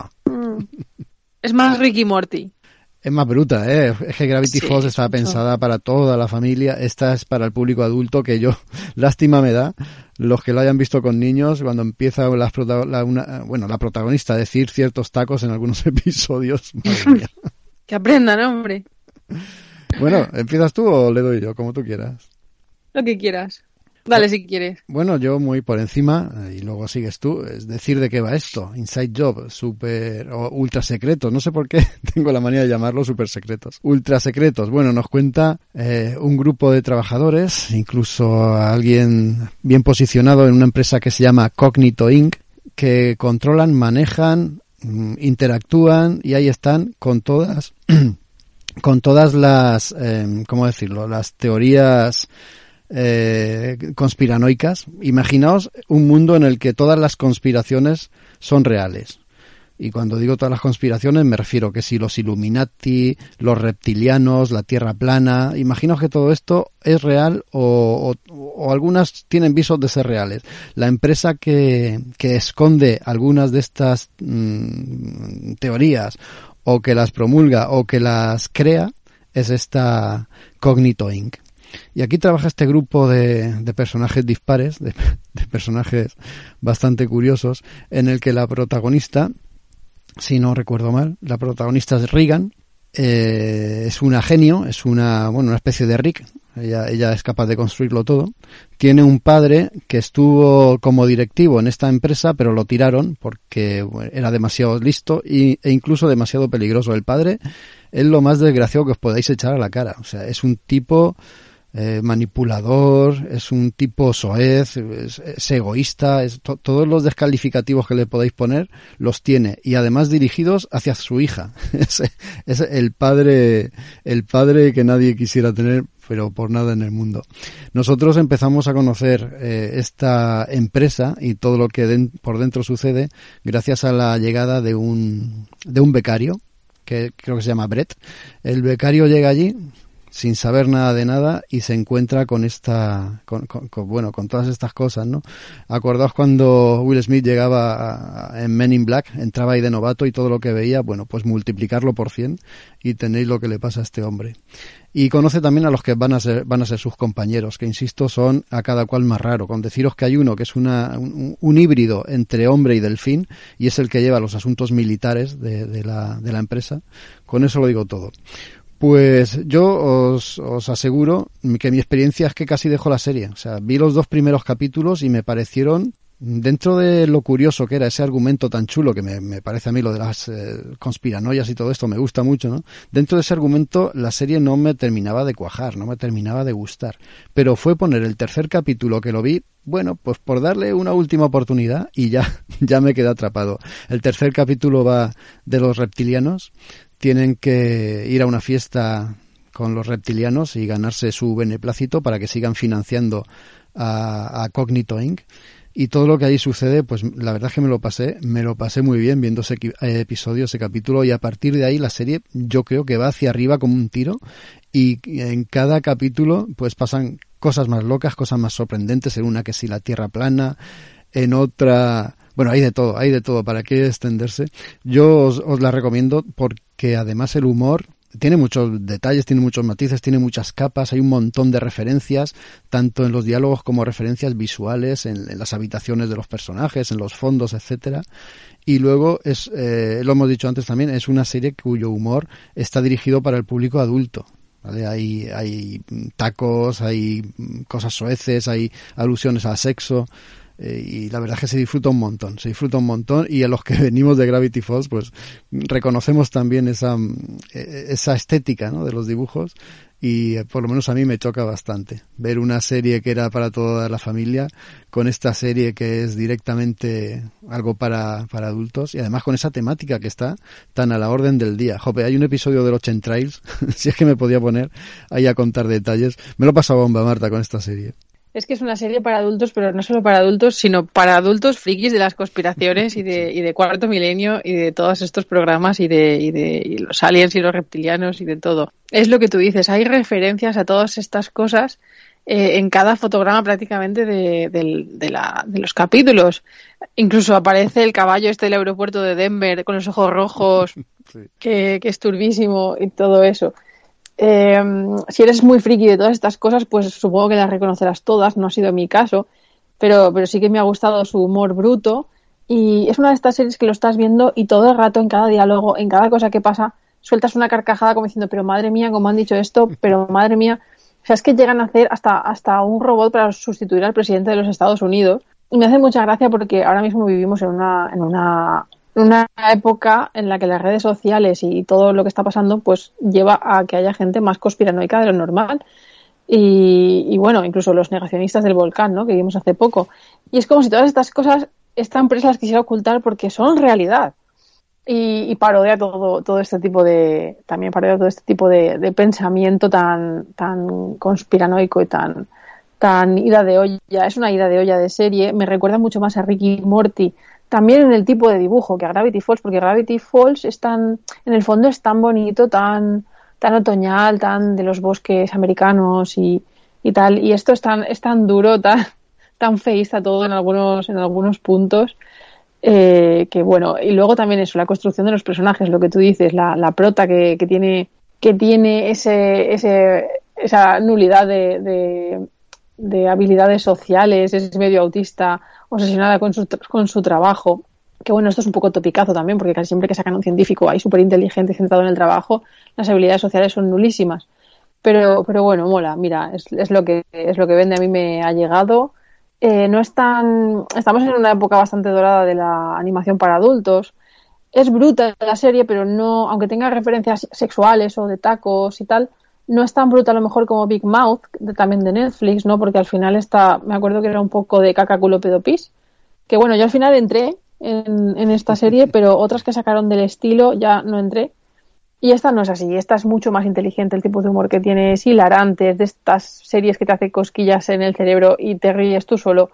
Es más Rick y Morty. Es más bruta, ¿eh? Es que Gravity Falls estaba pensada para toda la familia. Esta es para el público adulto, que yo, lástima me da, los que lo hayan visto con niños, cuando empieza la protagonista a decir ciertos tacos en algunos episodios. Madre mía. Que aprendan, hombre. Bueno, ¿empiezas tú o le doy yo? Como tú quieras. Lo que quieras. Dale, si quieres. Bueno, yo muy por encima, y luego sigues tú, es decir de qué va esto. Inside Job, super o ultra secretos, no sé por qué tengo la manía de llamarlo super secretos. Ultra secretos, bueno, nos cuenta un grupo de trabajadores, incluso alguien bien posicionado en una empresa que se llama Cognito Inc., que controlan, manejan, interactúan y ahí están con todas las, ¿cómo decirlo?, las teorías conspiranoicas. Imaginaos un mundo en el que todas las conspiraciones son reales. Y cuando digo todas las conspiraciones me refiero que si los Illuminati, los reptilianos, la Tierra plana, imaginaos que todo esto es real o algunas tienen visos de ser reales. La empresa que esconde algunas de estas teorías o que las promulga o que las crea es esta Cognito Inc. Y aquí trabaja este grupo de personajes dispares, de personajes bastante curiosos, en el que la protagonista, si no recuerdo mal, la protagonista es Regan, es una genio, es una especie de Rick, ella es capaz de construirlo todo. Tiene un padre que estuvo como directivo en esta empresa, pero lo tiraron porque era demasiado listo e incluso demasiado peligroso. El padre es lo más desgraciado que os podáis echar a la cara, o sea, es un tipo manipulador, es un tipo soez, es egoísta, todos los descalificativos que le podáis poner los tiene, y además dirigidos hacia su hija. Es el padre que nadie quisiera tener, pero por nada en el mundo. Nosotros empezamos a conocer esta empresa y todo lo que por dentro sucede gracias a la llegada de un becario, que creo que se llama Brett. El becario llega allí sin saber nada de nada y se encuentra con todas estas cosas, ¿no? Acordaos cuando Will Smith llegaba en Men in Black, entraba ahí de novato y todo lo que veía, bueno, pues multiplicarlo por 100 y tenéis lo que le pasa a este hombre. Y conoce también a los que van a ser sus compañeros, que insisto, son a cada cual más raro. Con deciros que hay uno que es un híbrido entre hombre y delfín, y es el que lleva los asuntos militares de la empresa. Con eso lo digo todo. Pues yo os aseguro que mi experiencia es que casi dejo la serie. O sea, vi los 2 primeros capítulos y me parecieron, dentro de lo curioso que era ese argumento tan chulo, que me parece a mí lo de las conspiranoias y todo esto, me gusta mucho, ¿no? Dentro de ese argumento la serie no me terminaba de cuajar, no me terminaba de gustar. Pero fue poner el tercer capítulo que lo vi, bueno, pues por darle una última oportunidad y ya me quedé atrapado. El tercer capítulo va de los reptilianos. Tienen que ir a una fiesta con los reptilianos y ganarse su beneplácito para que sigan financiando a Cognito Inc. Y todo lo que ahí sucede, pues la verdad es que me lo pasé muy bien viendo ese episodio, ese capítulo, y a partir de ahí la serie yo creo que va hacia arriba como un tiro, y en cada capítulo pues pasan cosas más locas, cosas más sorprendentes, en una que si la Tierra plana, en otra... Bueno, hay de todo, ¿para qué extenderse? Yo os la recomiendo porque además el humor tiene muchos detalles, tiene muchos matices, tiene muchas capas, hay un montón de referencias, tanto en los diálogos como referencias visuales, en las habitaciones de los personajes, en los fondos, etcétera. Y luego lo hemos dicho antes también, es una serie cuyo humor está dirigido para el público adulto. ¿Vale? Hay tacos, hay cosas soeces, hay alusiones al sexo. y la verdad es que se disfruta un montón, y a los que venimos de Gravity Falls pues reconocemos también esa estética, ¿no?, de los dibujos, y por lo menos a mí me choca bastante ver una serie que era para toda la familia con esta serie que es directamente algo para adultos, y además con esa temática que está tan a la orden del día. Jope, hay un episodio de los Chemtrails, si es que me podía poner ahí a contar detalles. Me lo he pasado bomba, Marta, con esta serie. Es que es una serie para adultos, pero no solo para adultos, sino para adultos frikis de las conspiraciones y de Cuarto Milenio y de todos estos programas y de los aliens y los reptilianos y de todo. Es lo que tú dices, hay referencias a todas estas cosas en cada fotograma prácticamente de los capítulos. Incluso aparece el caballo del aeropuerto de Denver con los ojos rojos, sí, que es turbísimo y todo eso. Si eres muy friki de todas estas cosas, pues supongo que las reconocerás todas, no ha sido mi caso, pero sí que me ha gustado su humor bruto, y es una de estas series que lo estás viendo y todo el rato, en cada diálogo, en cada cosa que pasa, sueltas una carcajada como diciendo, pero madre mía, cómo han dicho esto, pero madre mía. O sea, es que llegan a hacer hasta un robot para sustituir al presidente de los Estados Unidos, y me hace mucha gracia porque ahora mismo vivimos en una época en la que las redes sociales y todo lo que está pasando pues lleva a que haya gente más conspiranoica de lo normal, y bueno, incluso los negacionistas del volcán, ¿no?, que vimos hace poco, y es como si todas estas cosas esta empresa las quisiera ocultar porque son realidad, y parodia todo este tipo de pensamiento tan conspiranoico y tan ida de olla. Es una ida de olla de serie, me recuerda mucho más a Ricky y Morty, también en el tipo de dibujo, que a Gravity Falls, porque Gravity Falls en el fondo es tan bonito, tan otoñal, tan de los bosques americanos y tal, y esto es tan duro, tan feísta todo en algunos puntos, que bueno, y luego también eso, la construcción de los personajes, lo que tú dices, la prota que tiene esa nulidad de habilidades sociales, es medio autista, obsesionada con su trabajo, que bueno, esto es un poco topicazo también, porque casi siempre que sacan un científico ahí súper inteligente y centrado en el trabajo, las habilidades sociales son nulísimas, pero bueno, mola, mira, es lo que vende, a mí me ha llegado. Estamos en una época bastante dorada de la animación para adultos. Es bruta la serie, pero no, aunque tenga referencias sexuales o de tacos y tal, no es tan bruta a lo mejor como Big Mouth, también de Netflix, ¿no? Porque al final me acuerdo que era un poco de caca, culo, pedo, pis. Que bueno, yo al final entré en esta serie, pero otras que sacaron del estilo ya no entré. Y esta no es así, esta es mucho más inteligente, el tipo de humor que tiene es hilarante, es de estas series que te hace cosquillas en el cerebro y te ríes tú solo.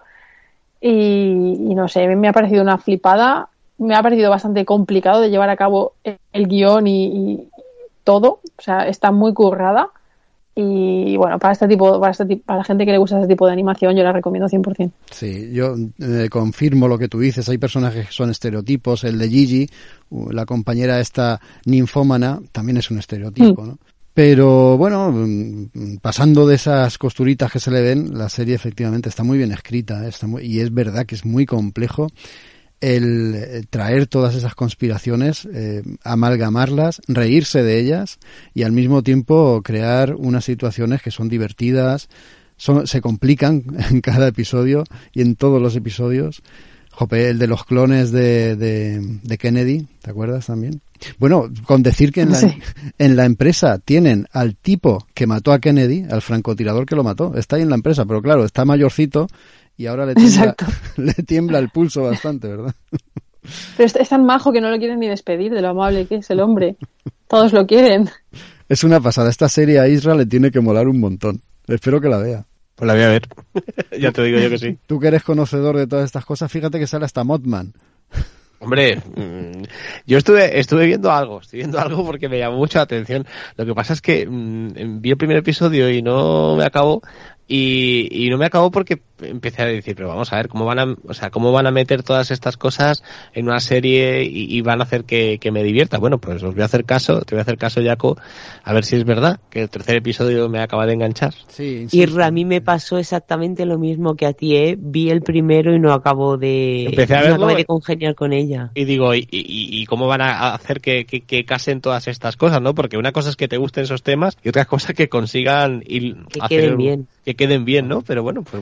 Y no sé, me ha parecido una flipada, me ha parecido bastante complicado de llevar a cabo el guión y todo, o sea, está muy currada, y bueno, para la gente que le gusta este tipo de animación yo la recomiendo 100%. Sí, yo confirmo lo que tú dices, hay personajes que son estereotipos, el de Gigi, la compañera esta ninfómana, también es un estereotipo, ¿no? Pero bueno, pasando de esas costuritas que se le ven, la serie efectivamente está muy bien escrita, y es verdad que es muy complejo el traer todas esas conspiraciones, amalgamarlas, reírse de ellas y al mismo tiempo crear unas situaciones que son divertidas, se complican en cada episodio y en todos los episodios. Jope, el de los clones de Kennedy, ¿te acuerdas también? Bueno, con decir que en la empresa tienen al tipo que mató a Kennedy, al francotirador que lo mató, está ahí en la empresa, pero claro, está mayorcito y ahora le tiembla el pulso bastante, ¿verdad? Pero es tan majo que no lo quieren ni despedir de lo amable que es el hombre. Todos lo quieren. Es una pasada. Esta serie a Isra le tiene que molar un montón. Espero que la vea. Pues la voy a ver. Ya te digo yo que sí. Tú que eres conocedor de todas estas cosas, fíjate que sale hasta Mothman. Hombre, yo estuve viendo algo, porque me llamó mucho la atención. Lo que pasa es que vi el primer episodio y no me acabó. Y no me acabó porque empecé a decir, pero vamos a ver, ¿cómo van a meter todas estas cosas en una serie y van a hacer que me divierta? Bueno, pues te voy a hacer caso, Jaco, a ver si es verdad que el tercer episodio me acaba de enganchar. Sí, y a mí me pasó exactamente lo mismo que a ti, vi el primero y no acabo de congeniar con ella. Y digo, ¿y cómo van a hacer que casen todas estas cosas, no? Porque una cosa es que te gusten esos temas y otra cosa es que consigan queden bien. Que queden bien, ¿no? Pero bueno, pues voy a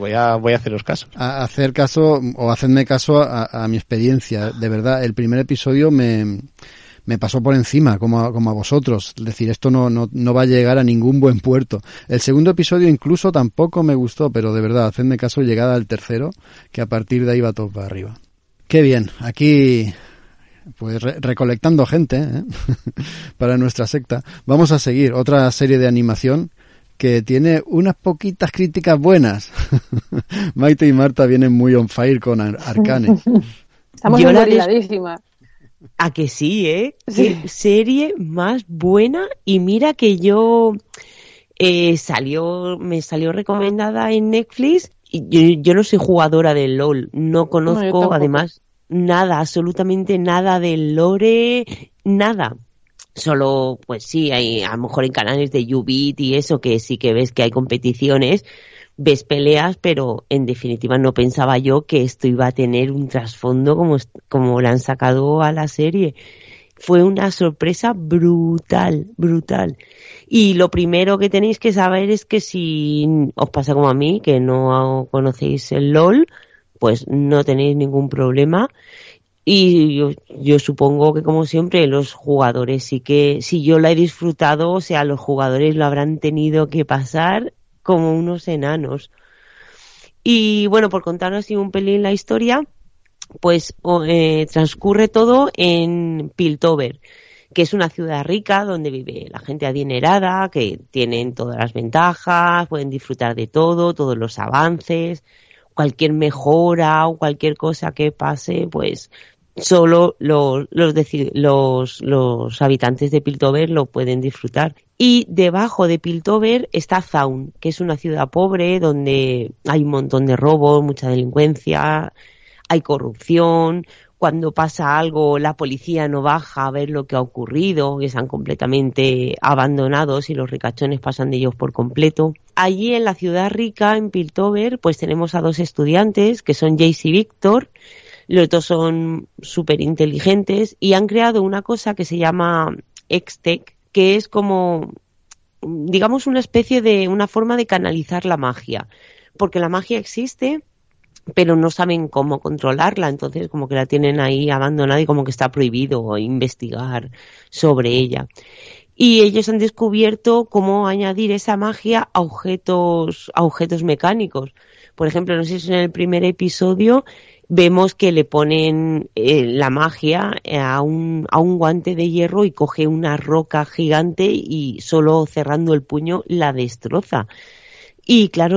voy a haceros caso. A hacer caso, o hacedme caso a mi experiencia. De verdad, el primer episodio me pasó por encima, como a vosotros. Es decir, esto no va a llegar a ningún buen puerto. El segundo episodio incluso tampoco me gustó, pero de verdad, hacedme caso llegada al tercero, que a partir de ahí va todo para arriba. Qué bien, aquí pues recolectando gente, ¿eh? Para nuestra secta. Vamos a seguir otra serie de animación que tiene unas poquitas críticas buenas. Maite y Marta vienen muy on fire con Arcane. Estamos engorilladísimas. ¿A que sí, eh? Sí. Qué serie más buena. Y mira que yo me salió recomendada en Netflix. Y yo no soy jugadora del LOL, no conozco además nada, absolutamente nada del lore, nada. Solo, pues sí, hay a lo mejor en canales de YouBeat y eso, que sí que ves que hay competiciones, ves peleas, pero en definitiva no pensaba yo que esto iba a tener un trasfondo como le han sacado a la serie. Fue una sorpresa brutal, brutal. Y lo primero que tenéis que saber es que si os pasa como a mí, que no conocéis el LOL, pues no tenéis ningún problema. Y yo supongo que, como siempre, los jugadores sí que, si yo la he disfrutado, o sea, los jugadores lo habrán tenido que pasar como unos enanos. Y bueno, por contaros así un pelín la historia, pues transcurre todo en Piltover, que es una ciudad rica donde vive la gente adinerada, que tienen todas las ventajas, pueden disfrutar de todo, todos los avances, cualquier mejora o cualquier cosa que pase, pues solo los habitantes de Piltover lo pueden disfrutar. Y debajo de Piltover está Zaun, que es una ciudad pobre donde hay un montón de robos, mucha delincuencia, hay corrupción. Cuando pasa algo, la policía no baja a ver lo que ha ocurrido, que están completamente abandonados y los ricachones pasan de ellos por completo. Allí en la ciudad rica, en Piltover, pues tenemos a dos estudiantes que son Jace y Víctor. Los dos son súper inteligentes y han creado una cosa que se llama Hextech, que es como, digamos, una especie de, una forma de canalizar la magia. Porque la magia existe, pero no saben cómo controlarla, entonces como que la tienen ahí abandonada y como que está prohibido investigar sobre ella. Y ellos han descubierto cómo añadir esa magia a objetos mecánicos. Por ejemplo, no sé si en el primer episodio vemos que le ponen la magia a un guante de hierro y coge una roca gigante y solo cerrando el puño la destroza. Y claro,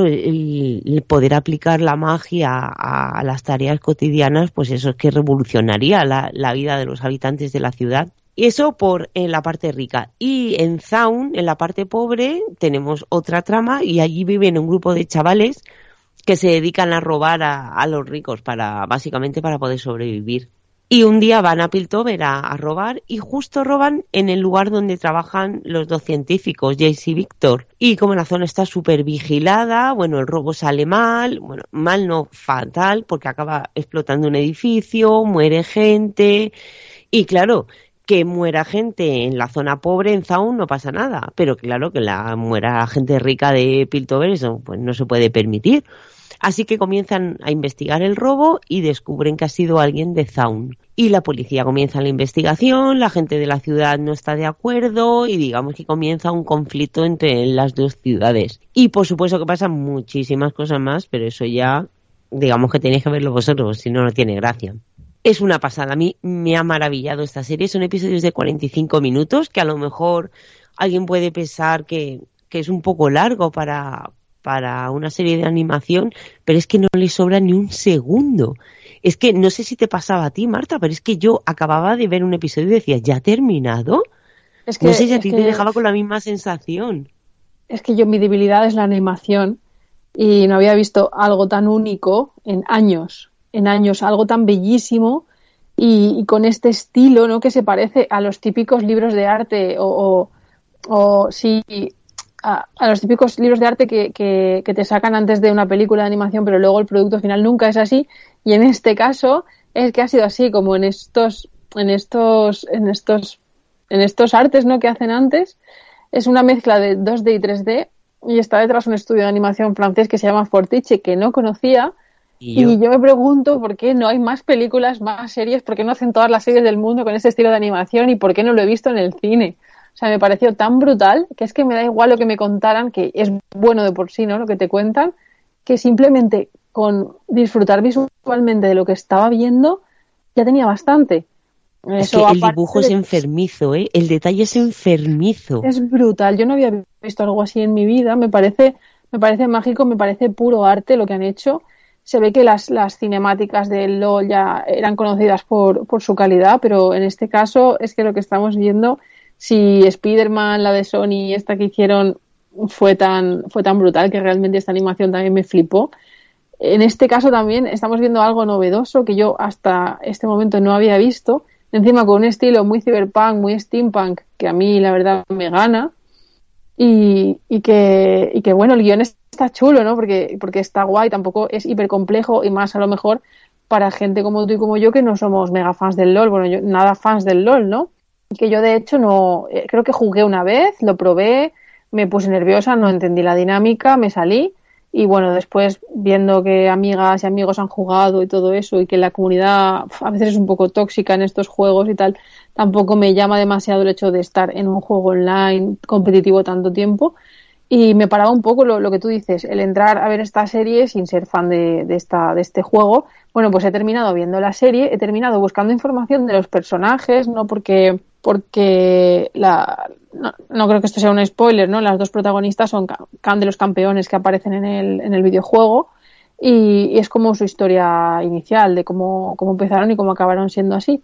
el poder aplicar la magia a las tareas cotidianas, pues eso es que revolucionaría la vida de los habitantes de la ciudad. Y eso en la parte rica. Y en Zaun, en la parte pobre, tenemos otra trama y allí viven un grupo de chavales que se dedican a robar a los ricos básicamente para poder sobrevivir. Y un día van a Piltover a robar y justo roban en el lugar donde trabajan los dos científicos, Jace y Víctor. Y como la zona está súper vigilada, bueno, el robo sale mal, bueno, mal no, fatal, porque acaba explotando un edificio, muere gente. Y claro, que muera gente en la zona pobre, en Zaun, no pasa nada. Pero claro, que muera gente rica de Piltover, eso pues no se puede permitir. Así que comienzan a investigar el robo y descubren que ha sido alguien de Zaun. Y la policía comienza la investigación, la gente de la ciudad no está de acuerdo y digamos que comienza un conflicto entre las dos ciudades. Y por supuesto que pasan muchísimas cosas más, pero eso ya digamos que tenéis que verlo vosotros, si no, no tiene gracia. Es una pasada, a mí me ha maravillado esta serie, son episodios de 45 minutos, que a lo mejor alguien puede pensar que es un poco largo para una serie de animación, pero es que no le sobra ni un segundo. Es que no sé si te pasaba a ti, Marta, pero es que yo acababa de ver un episodio y decía, ¿ya ha terminado? Es que, no sé si a ti te dejaba con la misma sensación. Es que mi debilidad es la animación y no había visto algo tan único en años, algo tan bellísimo y con este estilo, ¿no? Que se parece a los típicos libros de arte o sí, a los típicos libros de arte que te sacan antes de una película de animación, pero luego el producto final nunca es así. Y en este caso es que ha sido así, como en estos artes, ¿no? Que hacen antes. Es una mezcla de 2D y 3D y está detrás un estudio de animación francés que se llama Fortiche, que no conocía. Y yo me pregunto por qué no hay más películas, más series, por qué no hacen todas las series del mundo con ese estilo de animación y por qué no lo he visto en el cine. O sea, me pareció tan brutal que es que me da igual lo que me contaran, que es bueno de por sí, ¿no? Lo que te cuentan, que simplemente con disfrutar visualmente de lo que estaba viendo ya tenía bastante. Es que el dibujo es enfermizo, ¿eh? El detalle es enfermizo. Es brutal. Yo no había visto algo así en mi vida. Me parece mágico, me parece puro arte lo que han hecho. Se ve que las cinemáticas de LoL ya eran conocidas por su calidad, pero en este caso es que lo que estamos viendo, si Spider-Man, la de Sony, esta que hicieron, fue tan brutal que realmente esta animación también me flipó. En este caso también estamos viendo algo novedoso que yo hasta este momento no había visto, encima con un estilo muy cyberpunk, muy steampunk, que a mí la verdad me gana, y que bueno, el guión está chulo, ¿no? Porque está guay, tampoco es hiper complejo, y más a lo mejor para gente como tú y como yo que no somos mega fans del LoL, bueno, yo nada fans del LoL, ¿no? Que yo de hecho no, creo que jugué una vez, lo probé, me puse nerviosa, no entendí la dinámica, me salí. Y bueno, después viendo que amigas y amigos han jugado y todo eso y que la comunidad a veces es un poco tóxica en estos juegos y tal, tampoco me llama demasiado el hecho de estar en un juego online competitivo tanto tiempo. Y me paraba un poco lo que tú dices, el entrar a ver esta serie sin ser fan de este juego. Bueno, pues he terminado viendo la serie, he terminado buscando información de los personajes, no porque no creo que esto sea un spoiler, ¿no? Las dos protagonistas son de los campeones que aparecen en el videojuego y es como su historia inicial de cómo empezaron y cómo acabaron siendo así.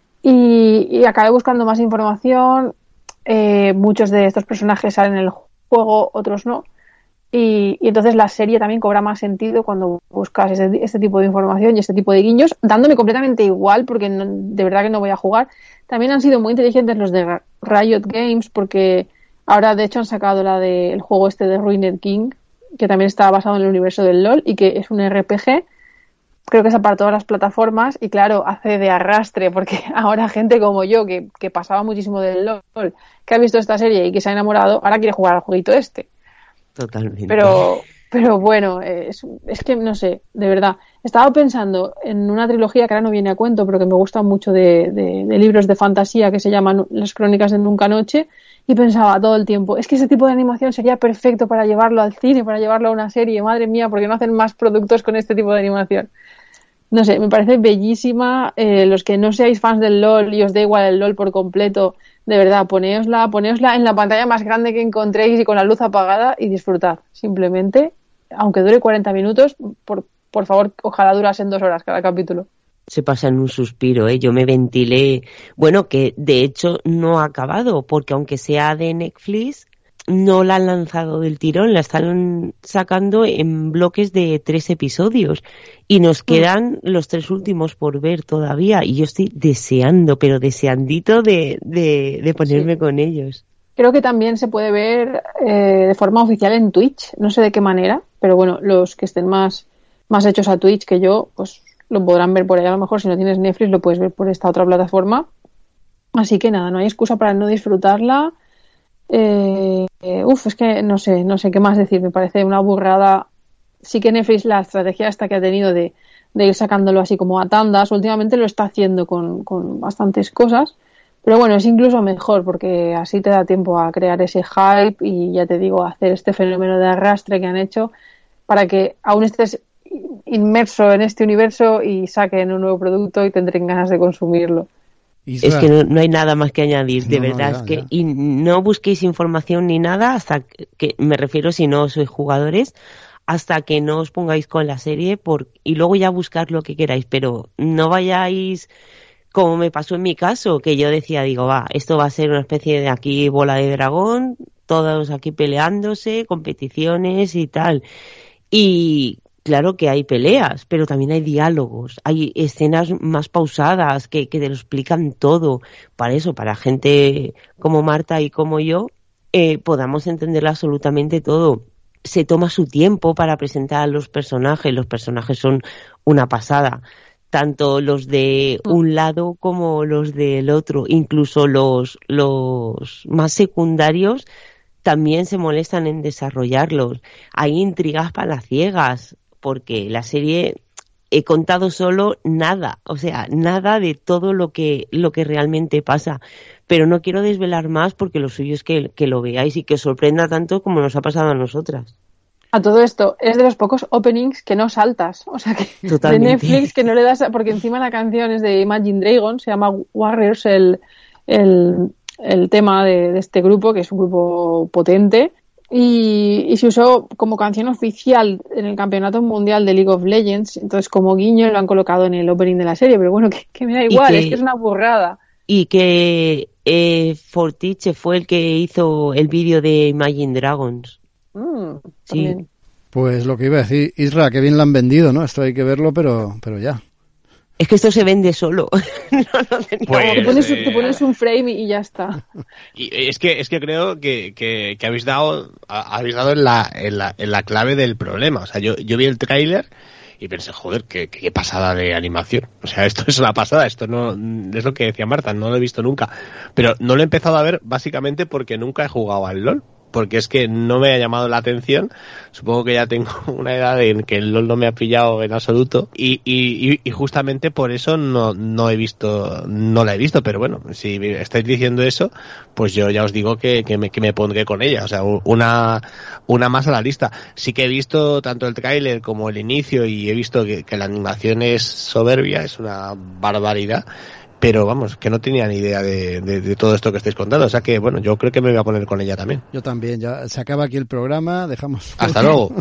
Y acabé buscando más información. Muchos de estos personajes salen en el juego, otros no. Y entonces la serie también cobra más sentido cuando buscas este tipo de información y este tipo de guiños, dándome completamente igual porque de verdad que no voy a jugar. También han sido muy inteligentes los de Riot Games porque ahora de hecho han sacado el juego este de Ruined King, que también está basado en el universo del LoL y que es un RPG. Creo que es para todas las plataformas y claro, hace de arrastre porque ahora gente como yo que pasaba muchísimo del LoL, que ha visto esta serie y que se ha enamorado, ahora quiere jugar al jueguito este. Totalmente. Pero bueno, es que no sé, de verdad. Estaba pensando en una trilogía que ahora no viene a cuento, pero que me gusta mucho de libros de fantasía que se llaman Las Crónicas de Nunca Noche, y pensaba todo el tiempo, es que ese tipo de animación sería perfecto para llevarlo al cine, para llevarlo a una serie. Madre mía, ¿por qué no hacen más productos con este tipo de animación? No sé, me parece bellísima. Los que no seáis fans del LoL y os da igual el LoL por completo, de verdad, poneosla en la pantalla más grande que encontréis y con la luz apagada y disfrutad. Simplemente, aunque dure 40 minutos, por favor, ojalá durasen 2 horas cada capítulo. Se pasa en un suspiro, ¿eh? Yo me ventilé. Bueno, que de hecho no ha acabado, porque aunque sea de Netflix, no la han lanzado del tirón, la están sacando en bloques de 3 episodios y nos quedan los 3 últimos por ver todavía y yo estoy deseando, pero deseandito de ponerme con ellos. Creo que también se puede ver de forma oficial en Twitch, no sé de qué manera, pero bueno, los que estén más hechos a Twitch que yo, pues lo podrán ver por ahí. A lo mejor si no tienes Netflix lo puedes ver por esta otra plataforma. Así que nada, no hay excusa para no disfrutarla. Es que no sé qué más decir, me parece una burrada. Sí que Netflix, la estrategia esta que ha tenido de ir sacándolo así como a tandas, últimamente lo está haciendo con bastantes cosas, pero bueno, es incluso mejor porque así te da tiempo a crear ese hype y ya te digo, a hacer este fenómeno de arrastre que han hecho para que aún estés inmerso en este universo y saquen un nuevo producto y tendrán ganas de consumirlo. Es que no hay nada más que añadir, de verdad. Es que y no busquéis información ni nada hasta que, me refiero si no sois jugadores, hasta que no os pongáis con la serie y luego ya buscar lo que queráis, pero no vayáis como me pasó en mi caso, que yo decía, esto va a ser una especie de aquí bola de dragón, todos aquí peleándose, competiciones y tal. Y claro que hay peleas, pero también hay diálogos, hay escenas más pausadas que te lo explican todo. Para eso, para gente como Marta y como yo, podamos entender absolutamente todo. Se toma su tiempo para presentar a los personajes son una pasada. Tanto los de un lado como los del otro, incluso los más secundarios, también se molestan en desarrollarlos. Hay intrigas palaciegas, porque la serie he contado solo nada, o sea, nada de todo lo que realmente pasa. Pero no quiero desvelar más porque lo suyo es que lo veáis y que os sorprenda tanto como nos ha pasado a nosotras. A todo esto, es de los pocos openings que no saltas, o sea que Totalmente. de Netflix que no le das, porque encima la canción es de Imagine Dragons, se llama Warriors el tema de este grupo, que es un grupo potente, y se usó como canción oficial en el Campeonato Mundial de League of Legends, entonces como guiño lo han colocado en el opening de la serie, pero bueno, que me da igual, es que es una burrada. Y que Fortiche fue el que hizo el vídeo de Imagine Dragons. Sí. Pues lo que iba a decir, Isra, que bien la han vendido, ¿no? Esto hay que verlo, pero ya. Es que esto se vende solo. Pues, te pones un frame y ya está. Y es que creo que habéis dado en la clave del problema. O sea, yo vi el tráiler y pensé, joder, qué pasada de animación. O sea, esto es una pasada, esto no es lo que decía Marta, no lo he visto nunca. Pero no lo he empezado a ver básicamente porque nunca he jugado al LOL. Porque es que no me ha llamado la atención. Supongo que ya tengo una edad en que el LOL no me ha pillado en absoluto y justamente por eso no la he visto, pero bueno, si estáis diciendo eso, pues yo ya os digo que me pondré con ella, o sea, una más a la lista. Sí que he visto tanto el tráiler como el inicio y he visto que la animación es soberbia, es una barbaridad. Pero vamos, que no tenía ni idea de todo esto que estáis contando. O sea que, bueno, yo creo que me voy a poner con ella también. Yo también, ya se acaba aquí el programa, dejamos... Hasta luego.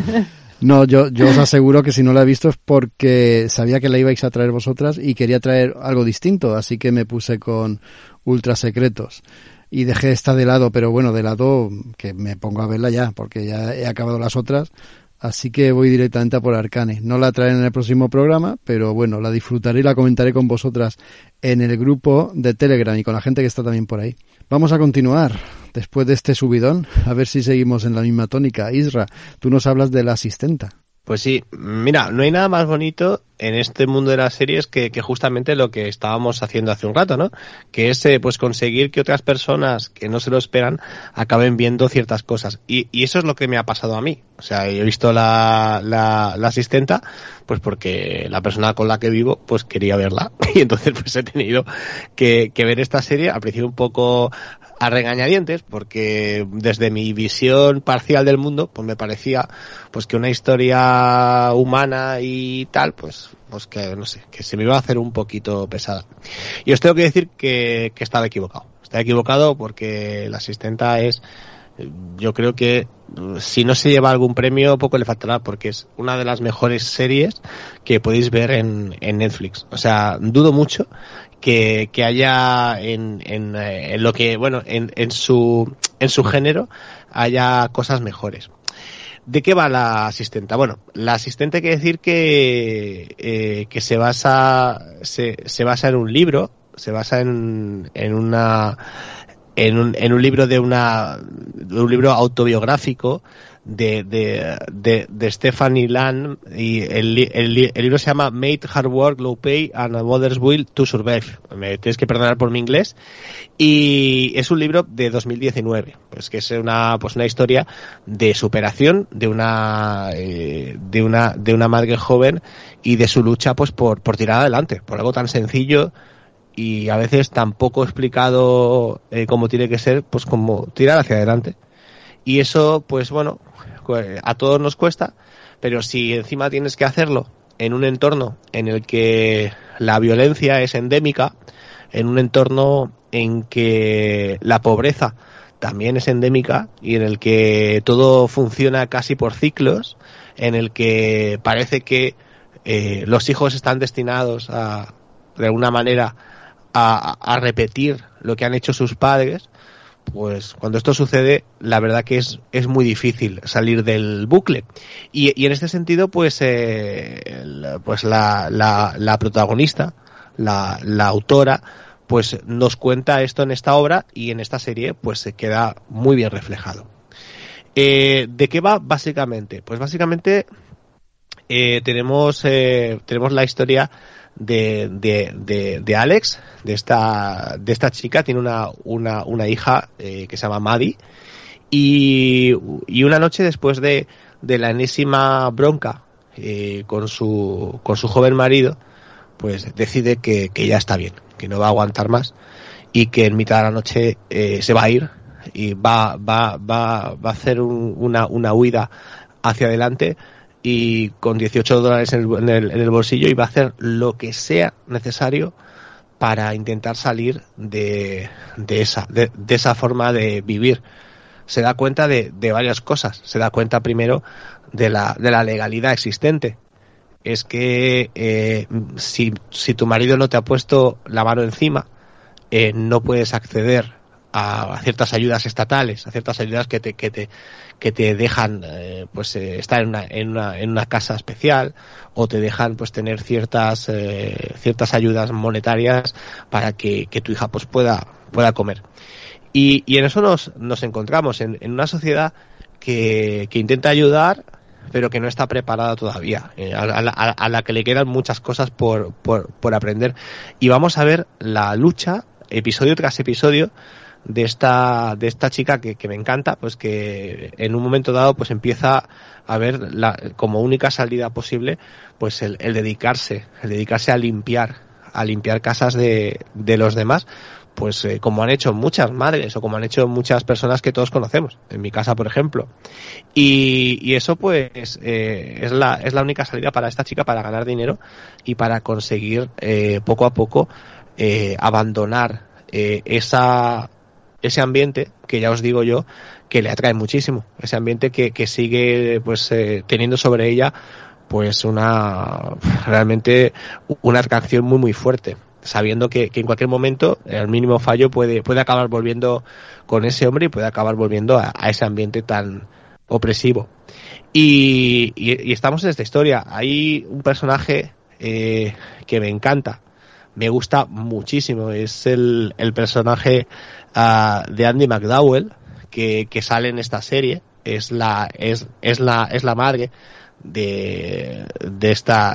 No, yo os aseguro que si no la he visto es porque sabía que la ibais a traer vosotras y quería traer algo distinto, así que me puse con Ultra Secretos. Y dejé esta de lado, pero bueno, de lado que me pongo a verla ya, porque ya he acabado las otras. Así que voy directamente a por Arcane. No la traeré en el próximo programa, pero bueno, la disfrutaré y la comentaré con vosotras en el grupo de Telegram y con la gente que está también por ahí. Vamos a continuar después de este subidón, a ver si seguimos en la misma tónica. Isra, tú nos hablas de La Asistenta. Pues sí, mira, no hay nada más bonito en este mundo de las series que justamente lo que estábamos haciendo hace un rato, ¿no? Que es pues conseguir que otras personas que no se lo esperan acaben viendo ciertas cosas. Y eso es lo que me ha pasado a mí. O sea, yo he visto la Asistenta pues porque la persona con la que vivo pues quería verla. Y entonces pues he tenido que ver esta serie, al principio un poco a regañadientes, porque desde mi visión parcial del mundo pues me parecía pues que una historia humana y tal pues que no sé, que se me iba a hacer un poquito pesada. Y os tengo que decir que estaba equivocado porque La Asistenta es, yo creo que si no se lleva algún premio poco le faltará, porque es una de las mejores series que podéis ver en Netflix. O sea, dudo mucho que haya en lo que, bueno, en su género haya cosas mejores. ¿De qué va La Asistenta? Bueno, La Asistenta hay que decir que se basa en un libro, se basa en un libro de un libro autobiográfico de Stephanie Land, y el libro se llama Made Hard Work, Low Pay and a Mother's Will to Survive. Me tienes que perdonar por mi inglés. Y es un libro de 2019, pues que es una historia de superación de una madre joven y de su lucha pues por tirar adelante, por algo tan sencillo y a veces tan poco explicado como tiene que ser, pues como tirar hacia adelante. Y eso, pues bueno, a todos nos cuesta, pero si encima tienes que hacerlo en un entorno en el que la violencia es endémica, en un entorno en que la pobreza también es endémica y en el que todo funciona casi por ciclos, en el que parece que los hijos están destinados de alguna manera a repetir lo que han hecho sus padres, pues cuando esto sucede, la verdad que es muy difícil salir del bucle. Y en este sentido, pues la protagonista, la autora, pues nos cuenta esto en esta obra y en esta serie, pues se queda muy bien reflejado. ¿De qué va básicamente? Pues básicamente tenemos la historia de Alex, de esta chica. Tiene una hija que se llama Maddie, Y una noche después de la enésima bronca con su joven marido, pues decide que ya está bien, que no va a aguantar más y que en mitad de la noche se va a ir y va a hacer una huida hacia adelante, y con $18 en el bolsillo, y va a hacer lo que sea necesario para intentar salir de esa forma de vivir. Se da cuenta de varias cosas. Se da cuenta primero de la legalidad existente. Es que si tu marido no te ha puesto la mano encima, no puedes acceder a ciertas ayudas estatales, a ciertas ayudas que te dejan estar en una casa especial, o te dejan pues tener ciertas ayudas monetarias para que tu hija pues pueda comer. Y en eso nos encontramos en una sociedad que intenta ayudar, pero que no está preparada todavía, a la que le quedan muchas cosas por aprender. Y vamos a ver la lucha, episodio tras episodio, de esta chica que me encanta, pues que en un momento dado pues empieza a ver como única salida posible pues el dedicarse a limpiar casas de los demás, pues como han hecho muchas madres o como han hecho muchas personas que todos conocemos, en mi casa por ejemplo, y eso pues es la única salida para esta chica para ganar dinero y para conseguir poco a poco abandonar ese ambiente que ya os digo yo que le atrae muchísimo, ese ambiente que sigue pues teniendo sobre ella pues realmente una atracción muy muy fuerte, sabiendo que en cualquier momento el mínimo fallo puede acabar volviendo con ese hombre y puede acabar volviendo a ese ambiente tan opresivo. Y estamos en esta historia. Hay un personaje que me encanta, me gusta muchísimo, es el personaje de Andie MacDowell que sale en esta serie. Es la madre de esta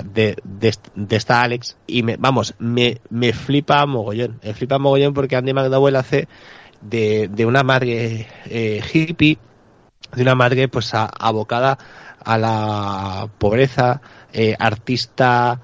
Alex, y me flipa mogollón. Me flipa mogollón porque Andie MacDowell hace de una madre hippie, de una madre pues abocada a la pobreza, artista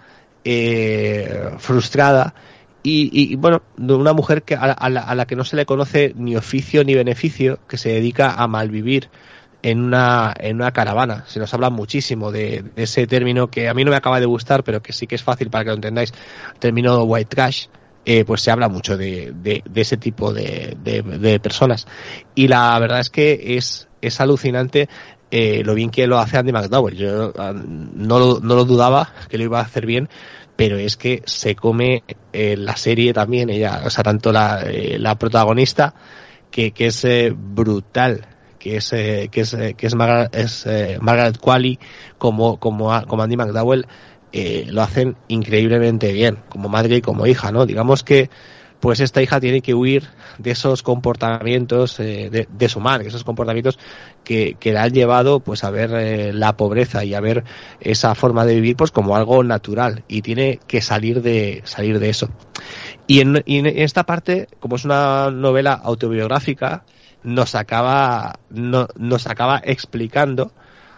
frustrada, y bueno, de una mujer que a la que no se le conoce ni oficio ni beneficio, que se dedica a malvivir en una caravana. Se nos habla muchísimo de ese término que a mí no me acaba de gustar, pero que sí que es fácil para que lo entendáis, el término white trash. Pues se habla mucho de ese tipo de personas, y la verdad es que es alucinante lo bien que lo hace Andie MacDowell. Yo no lo dudaba que lo iba a hacer bien, pero es que se come la serie también ella, o sea, tanto la protagonista que es brutal, que es Margaret Qualley, como Andie MacDowell, lo hacen increíblemente bien, como madre y como hija, ¿no? Digamos que pues esta hija tiene que huir de esos comportamientos de su madre, esos comportamientos que la han llevado pues a ver la pobreza y a ver esa forma de vivir pues como algo natural, y tiene que salir de eso. Y en esta parte, como es una novela autobiográfica, nos acaba explicando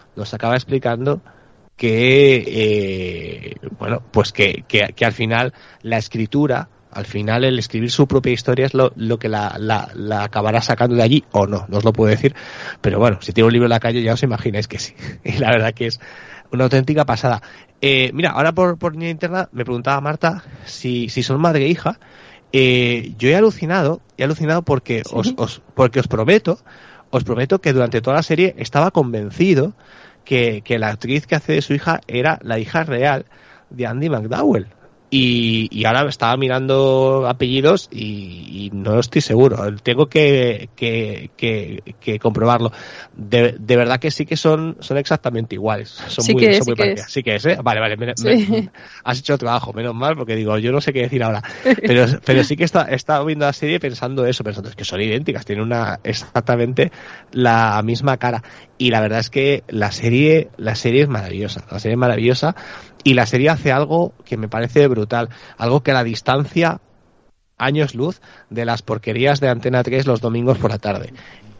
que bueno, pues que al final la escritura, al final el escribir su propia historia es lo que la acabará sacando de allí, o no os lo puedo decir, pero bueno, si tiene un libro en la calle ya os imagináis que sí. Y la verdad que es una auténtica pasada. Mira, ahora por línea interna me preguntaba Marta si son madre e hija. Yo he alucinado porque ¿sí? Porque os prometo que durante toda la serie estaba convencido que la actriz que hace de su hija era la hija real de Andie MacDowell. Y ahora estaba mirando apellidos y no estoy seguro. Tengo que comprobarlo. De verdad que sí que son exactamente iguales. Son muy parecidas. Sí que es, ¿eh? Vale. Sí. Has hecho el trabajo, menos mal, porque digo, yo no sé qué decir ahora. Pero sí que he estado viendo la serie pensando es que son idénticas, tienen exactamente la misma cara. Y la verdad es que la serie es maravillosa. La serie es maravillosa. Y la serie hace algo que me parece brutal, algo que a la distancia, años luz, de las porquerías de Antena 3 los domingos por la tarde.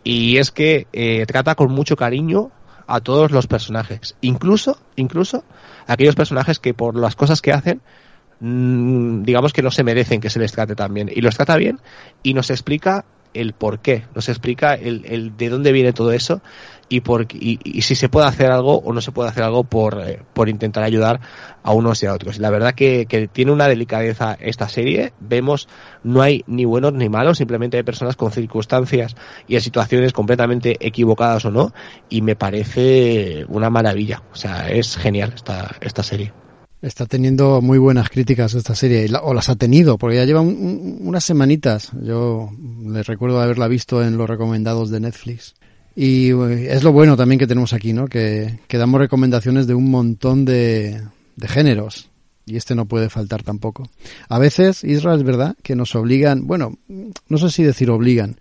Y es que trata con mucho cariño a todos los personajes, incluso aquellos personajes que por las cosas que hacen digamos que no se merecen que se les trate tan bien, y los trata bien y nos explica el por qué, nos explica el de dónde viene todo eso y si se puede hacer algo o no se puede hacer algo por intentar ayudar a unos y a otros. Y la verdad que tiene una delicadeza esta serie. Vemos, no hay ni buenos ni malos, simplemente hay personas con circunstancias y en situaciones completamente equivocadas o no, y me parece una maravilla. O sea, es genial esta serie. Está teniendo muy buenas críticas esta serie, o las ha tenido, porque ya lleva unas semanitas. Yo les recuerdo haberla visto en los recomendados de Netflix. Y es lo bueno también que tenemos aquí, ¿no? Que damos recomendaciones de un montón de géneros. Y este no puede faltar tampoco. A veces, Isra, es verdad que nos obligan, bueno, no sé si decir obligan,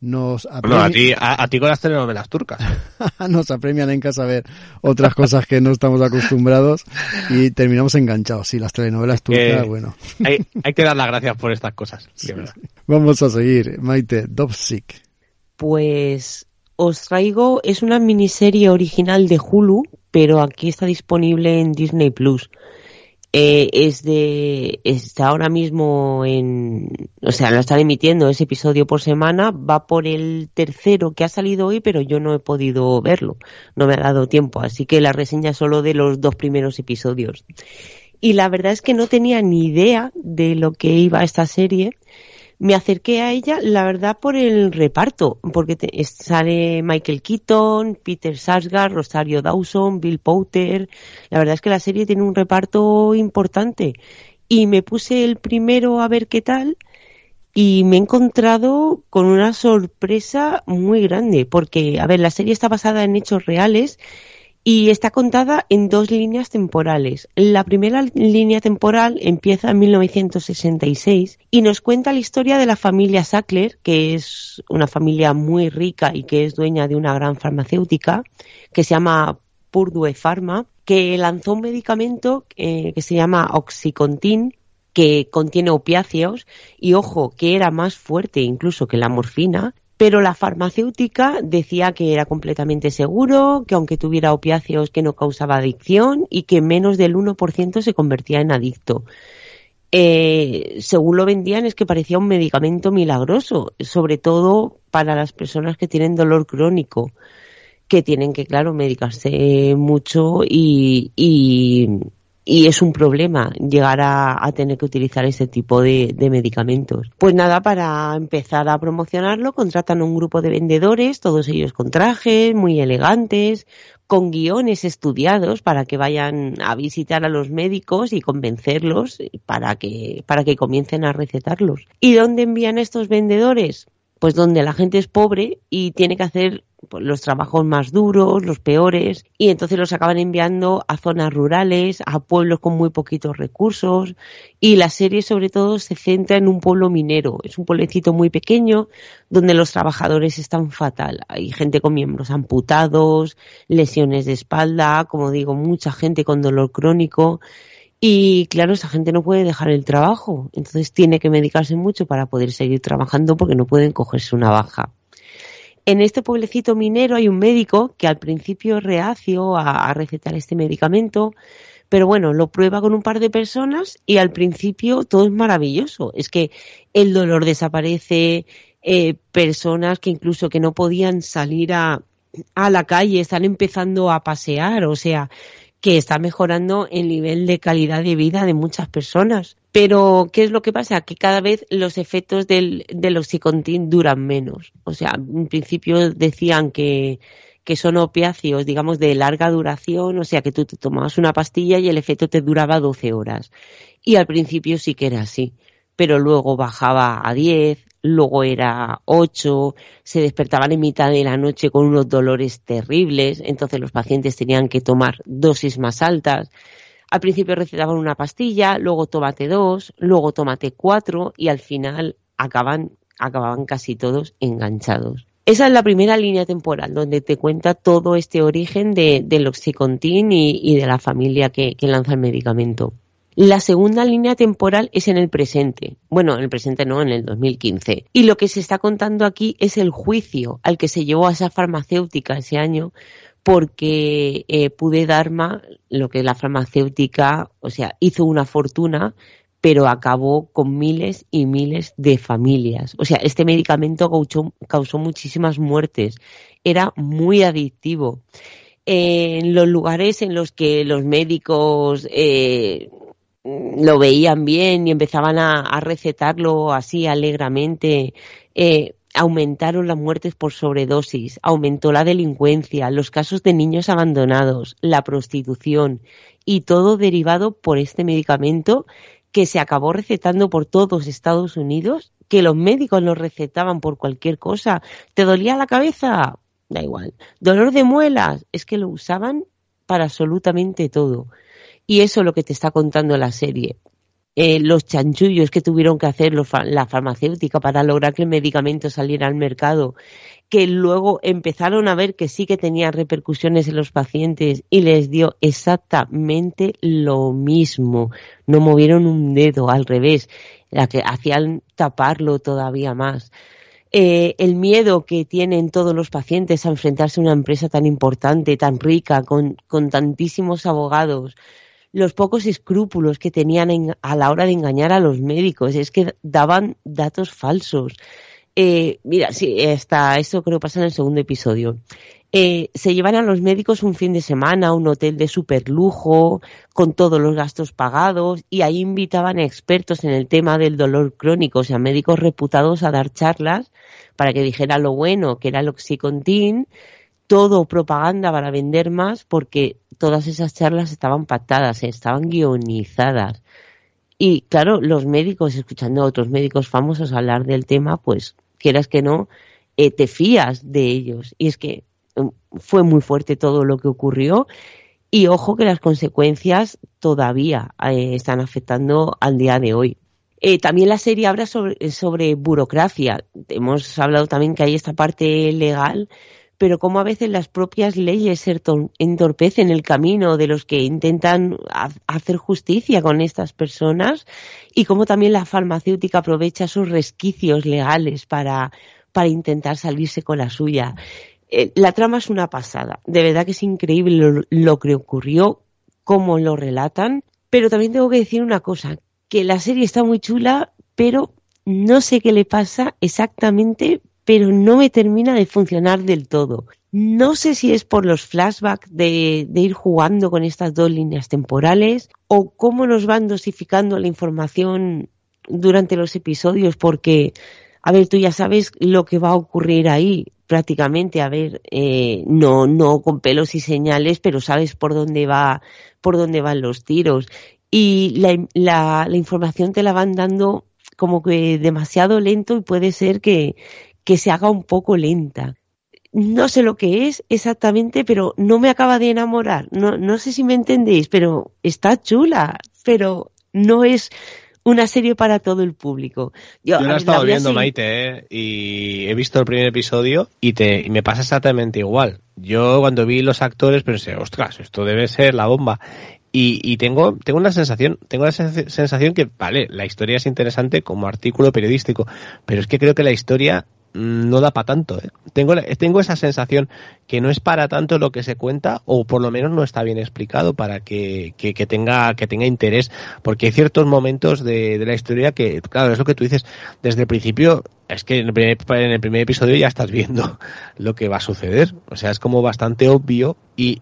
a ti con las telenovelas turcas. Nos apremian en casa a ver otras cosas que no estamos acostumbrados y terminamos enganchados. Sí, las telenovelas turcas, bueno. Hay que dar las gracias por estas cosas. Sí. Vamos a seguir. Maite, Dopsic. Pues os traigo, es una miniserie original de Hulu, pero aquí está disponible en Disney Plus. Está ahora mismo lo están emitiendo ese episodio por semana, va por el tercero que ha salido hoy, pero yo no he podido verlo, no me ha dado tiempo, así que la reseña es solo de los 2 primeros episodios. Y la verdad es que no tenía ni idea de lo que iba esta serie. Me acerqué a ella, la verdad, por el reparto, porque sale Michael Keaton, Peter Sarsgaard, Rosario Dawson, Bill Powter. La verdad es que la serie tiene un reparto importante. Y me puse el primero a ver qué tal, y me he encontrado con una sorpresa muy grande, porque, a ver, la serie está basada en hechos reales y está contada en 2 líneas temporales. La primera línea temporal empieza en 1966 y nos cuenta la historia de la familia Sackler, que es una familia muy rica y que es dueña de una gran farmacéutica que se llama Purdue Pharma, que lanzó un medicamento que se llama Oxycontin, que contiene opiáceos y, ojo, que era más fuerte incluso que la morfina. Pero la farmacéutica decía que era completamente seguro, que aunque tuviera opiáceos que no causaba adicción y que menos del 1% se convertía en adicto. Según lo vendían es que parecía un medicamento milagroso, sobre todo para las personas que tienen dolor crónico, que tienen que, claro, medicarse mucho y es un problema llegar a tener que utilizar ese tipo de medicamentos. Pues nada, para empezar a promocionarlo, contratan un grupo de vendedores, todos ellos con trajes muy elegantes, con guiones estudiados para que vayan a visitar a los médicos y convencerlos para que comiencen a recetarlos. ¿Y dónde envían estos vendedores? Pues donde la gente es pobre y tiene que hacer los trabajos más duros, los peores, y entonces los acaban enviando a zonas rurales, a pueblos con muy poquitos recursos, y la serie sobre todo se centra en un pueblo minero. Es un pueblecito muy pequeño donde los trabajadores están fatal. Hay gente con miembros amputados, lesiones de espalda, como digo, mucha gente con dolor crónico. Y claro, esa gente no puede dejar el trabajo, entonces tiene que medicarse mucho para poder seguir trabajando porque no pueden cogerse una baja. En este pueblecito minero hay un médico que al principio es reacio a recetar este medicamento, pero bueno, lo prueba con un par de personas y al principio todo es maravilloso. Es que el dolor desaparece, personas que incluso que no podían salir a la calle están empezando a pasear, o sea, que está mejorando el nivel de calidad de vida de muchas personas. Pero, ¿qué es lo que pasa? Que cada vez los efectos del Oxycontin duran menos. O sea, en principio decían que son opiáceos, digamos, de larga duración, o sea, que tú te tomabas una pastilla y el efecto te duraba 12 horas. Y al principio sí que era así, pero luego bajaba a 10, luego era 8, se despertaban en mitad de la noche con unos dolores terribles, entonces los pacientes tenían que tomar dosis más altas. Al principio recetaban una pastilla, luego tómate 2, luego tómate 4 y al final acababan casi todos enganchados. Esa es la primera línea temporal donde te cuenta todo este origen del Oxycontin y de la familia que lanza el medicamento. La segunda línea temporal es en el presente. Bueno, en el presente no, en el 2015. Y lo que se está contando aquí es el juicio al que se llevó a esa farmacéutica ese año, porque Pude Dharma, lo que es la farmacéutica, o sea, hizo una fortuna, pero acabó con miles y miles de familias. O sea, este medicamento causó muchísimas muertes. Era muy adictivo. En los lugares en los que los médicos lo veían bien y empezaban a recetarlo así alegremente, aumentaron las muertes por sobredosis, aumentó la delincuencia, los casos de niños abandonados, la prostitución y todo derivado por este medicamento que se acabó recetando por todos Estados Unidos, que los médicos lo recetaban por cualquier cosa. ¿Te dolía la cabeza? Da igual. ¿Dolor de muelas? Es que lo usaban para absolutamente todo. Y eso es lo que te está contando la serie. Los chanchullos que tuvieron que hacer la farmacéutica para lograr que el medicamento saliera al mercado, que luego empezaron a ver que sí que tenía repercusiones en los pacientes y les dio exactamente lo mismo. No movieron un dedo, al revés, la que hacían taparlo todavía más. El miedo que tienen todos los pacientes a enfrentarse a una empresa tan importante, tan rica, con tantísimos abogados, los pocos escrúpulos que tenían a la hora de engañar a los médicos, es que daban datos falsos. Mira, sí, hasta eso creo que pasa en el segundo episodio. Se llevan a los médicos un fin de semana a un hotel de super lujo, con todos los gastos pagados, y ahí invitaban a expertos en el tema del dolor crónico, o sea, médicos reputados a dar charlas para que dijera lo bueno, que era el Oxycontin, todo propaganda para vender más, porque todas esas charlas estaban pactadas, estaban guionizadas. Y claro, los médicos, escuchando a otros médicos famosos hablar del tema, pues quieras que no, te fías de ellos. Y es que fue muy fuerte todo lo que ocurrió, y ojo que las consecuencias todavía están afectando al día de hoy. También la serie habla sobre burocracia. Hemos hablado también que hay esta parte legal, pero cómo a veces las propias leyes entorpecen el camino de los que intentan hacer justicia con estas personas, y cómo también la farmacéutica aprovecha sus resquicios legales para intentar salirse con la suya. La trama es una pasada, de verdad que es increíble lo que ocurrió, cómo lo relatan, pero también tengo que decir una cosa, que la serie está muy chula, pero no sé qué le pasa exactamente, pero no me termina de funcionar del todo. No sé si es por los flashbacks de ir jugando con estas dos líneas temporales, o cómo nos van dosificando la información durante los episodios, porque, a ver, tú ya sabes lo que va a ocurrir ahí, prácticamente, a ver, no con pelos y señales, pero sabes por dónde van los tiros. Y la información te la van dando como que demasiado lento, y puede ser que se haga un poco lenta. No sé lo que es exactamente, pero no me acaba de enamorar. No sé si me entendéis, pero está chula, pero no es una serie para todo el público. Yo la he estado viendo, Maite, y he visto el primer episodio y me pasa exactamente igual. Yo cuando vi los actores pensé, ostras, esto debe ser la bomba. Y tengo una sensación que, vale, la historia es interesante como artículo periodístico, pero es que creo que la historia no da para tanto, ¿eh? Tengo esa sensación que no es para tanto lo que se cuenta, o por lo menos no está bien explicado para que tenga interés, porque hay ciertos momentos de la historia que, claro, es lo que tú dices desde el principio. Es que en el primer episodio ya estás viendo lo que va a suceder, o sea, es como bastante obvio, y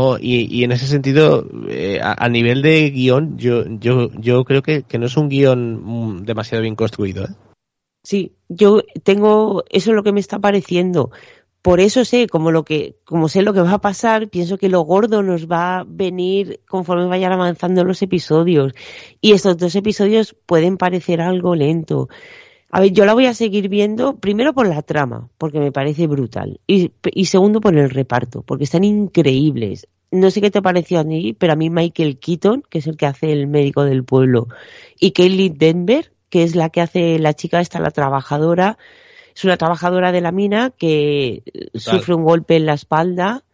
en ese sentido, a nivel de guión, yo creo que no es un guión demasiado bien construido, ¿eh? Sí, yo tengo, eso es lo que me está pareciendo. Por eso sé, como sé lo que va a pasar, pienso que lo gordo nos va a venir conforme vayan avanzando los episodios. Y estos dos episodios pueden parecer algo lento. A ver, yo la voy a seguir viendo, primero por la trama, porque me parece brutal. Y segundo por el reparto, porque están increíbles. No sé qué te pareció a ti, pero a mí Michael Keaton, que es el que hace el médico del pueblo, y Kaylee Denver, que es la que hace la chica esta, la trabajadora, es una trabajadora de la mina que sufre un golpe en la espalda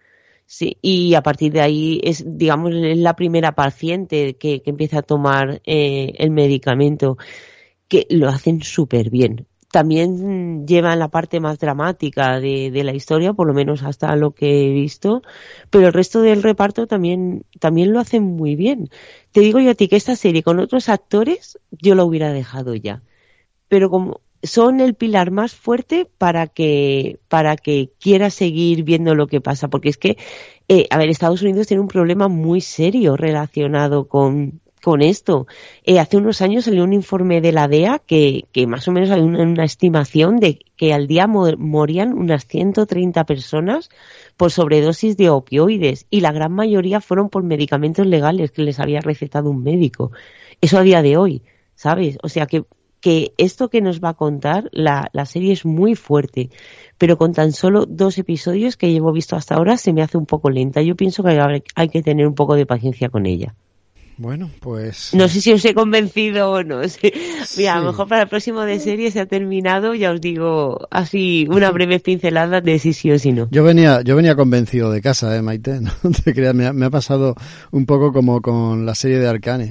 Sí, y a partir de ahí es, digamos, es la primera paciente que empieza a tomar el medicamento, que lo hacen súper bien. También llevan la parte más dramática de la historia, por lo menos hasta lo que he visto, pero el resto del reparto también lo hacen muy bien. Te digo yo a ti que esta serie con otros actores yo la hubiera dejado ya, pero como son el pilar más fuerte para que quiera seguir viendo lo que pasa, porque es que, a ver, Estados Unidos tiene un problema muy serio relacionado con esto. Hace unos años salió un informe de la DEA que más o menos hay una estimación de que al día morían unas 130 personas por sobredosis de opioides, y la gran mayoría fueron por medicamentos legales que les había recetado un médico. Eso a día de hoy, ¿sabes? O sea que esto que nos va a contar la serie es muy fuerte, pero con tan solo 2 episodios que llevo visto hasta ahora se me hace un poco lenta. Yo pienso que hay que tener un poco de paciencia con ella. Bueno, pues... No sé si os he convencido o no. Mira, sí. A lo mejor para el próximo de serie se ha terminado, ya os digo, así una breve pincelada de si sí o si no. Yo venía convencido de casa, Maite, no te creas, me ha pasado un poco como con la serie de Arcane,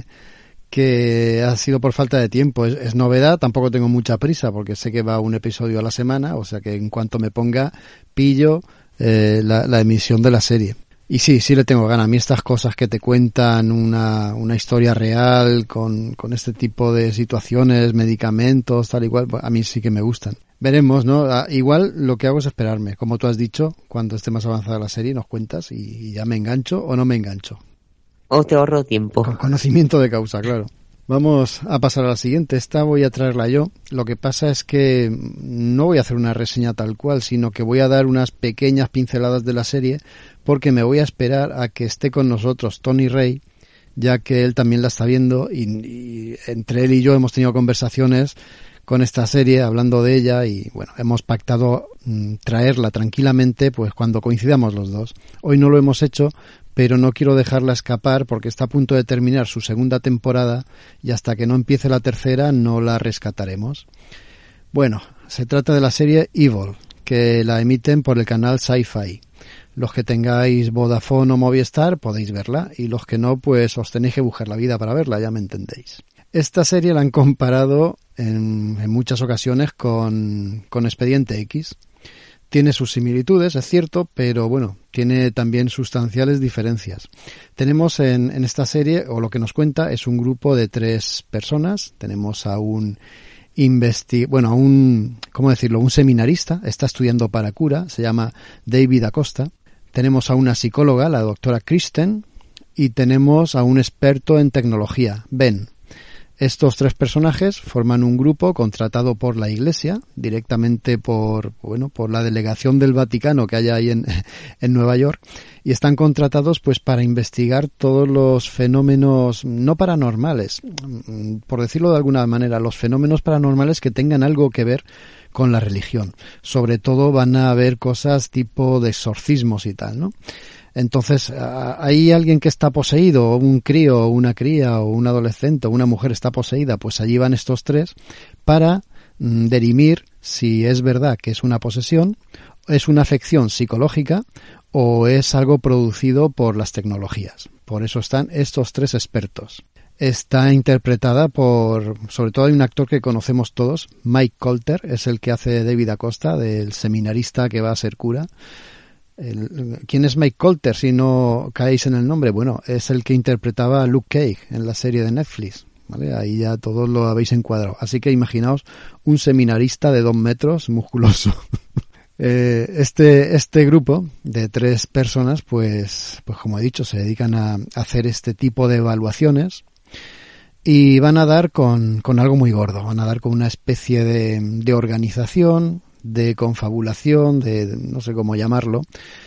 que ha sido por falta de tiempo. Es novedad, tampoco tengo mucha prisa porque sé que va un episodio a la semana, o sea que en cuanto me ponga pillo la emisión de la serie. Y sí le tengo ganas. A mí estas cosas que te cuentan una historia real con este tipo de situaciones, medicamentos, tal y cual, a mí sí que me gustan. Veremos, ¿no? Igual lo que hago es esperarme. Como tú has dicho, cuando esté más avanzada la serie nos cuentas y ya me engancho o no me engancho. O te ahorro tiempo. Con conocimiento de causa, claro. Vamos a pasar a la siguiente. Esta voy a traerla yo. Lo que pasa es que no voy a hacer una reseña tal cual, sino que voy a dar unas pequeñas pinceladas de la serie, porque me voy a esperar a que esté con nosotros Tony Rey, ya que él también la está viendo y entre él y yo hemos tenido conversaciones con esta serie hablando de ella y bueno, hemos pactado traerla tranquilamente pues cuando coincidamos los dos. Hoy no lo hemos hecho, pero no quiero dejarla escapar porque está a punto de terminar su segunda temporada y hasta que no empiece la tercera no la rescataremos. Bueno, se trata de la serie Evil, que la emiten por el canal Sci-Fi. Los que tengáis Vodafone o Movistar podéis verla y los que no, pues os tenéis que buscar la vida para verla, ya me entendéis. Esta serie la han comparado en muchas ocasiones con Expediente X. Tiene sus similitudes, es cierto, pero bueno, tiene también sustanciales diferencias. Tenemos en esta serie, o lo que nos cuenta, es un grupo de 3 personas. Tenemos a un seminarista, está estudiando para cura, se llama David Acosta. Tenemos a una psicóloga, la doctora Kristen, y tenemos a un experto en tecnología, Ben. Estos 3 personajes forman un grupo contratado por la Iglesia, directamente por la delegación del Vaticano que hay ahí en Nueva York, y están contratados pues para investigar todos los fenómenos no paranormales, por decirlo de alguna manera, los fenómenos paranormales que tengan algo que ver con la religión. Sobre todo van a haber cosas tipo de exorcismos y tal, ¿no? Entonces, hay alguien que está poseído, un crío, o una cría, o un adolescente, o una mujer está poseída, pues allí van estos 3 para dirimir si es verdad que es una posesión, es una afección psicológica o es algo producido por las tecnologías. Por eso están estos 3 expertos. Está interpretada sobre todo hay un actor que conocemos todos, Mike Colter, es el que hace David Acosta, del seminarista que va a ser cura. ¿Quién es Mike Colter si no caéis en el nombre? Bueno, es el que interpretaba a Luke Cage en la serie de Netflix, ¿vale? Ahí ya todos lo habéis encuadrado. Así que imaginaos un seminarista de 2 metros, musculoso. Este grupo de 3 personas, pues como he dicho, se dedican a hacer este tipo de evaluaciones y van a dar con algo muy gordo. Van a dar con una especie de organización, de confabulación, de no sé cómo llamarlo,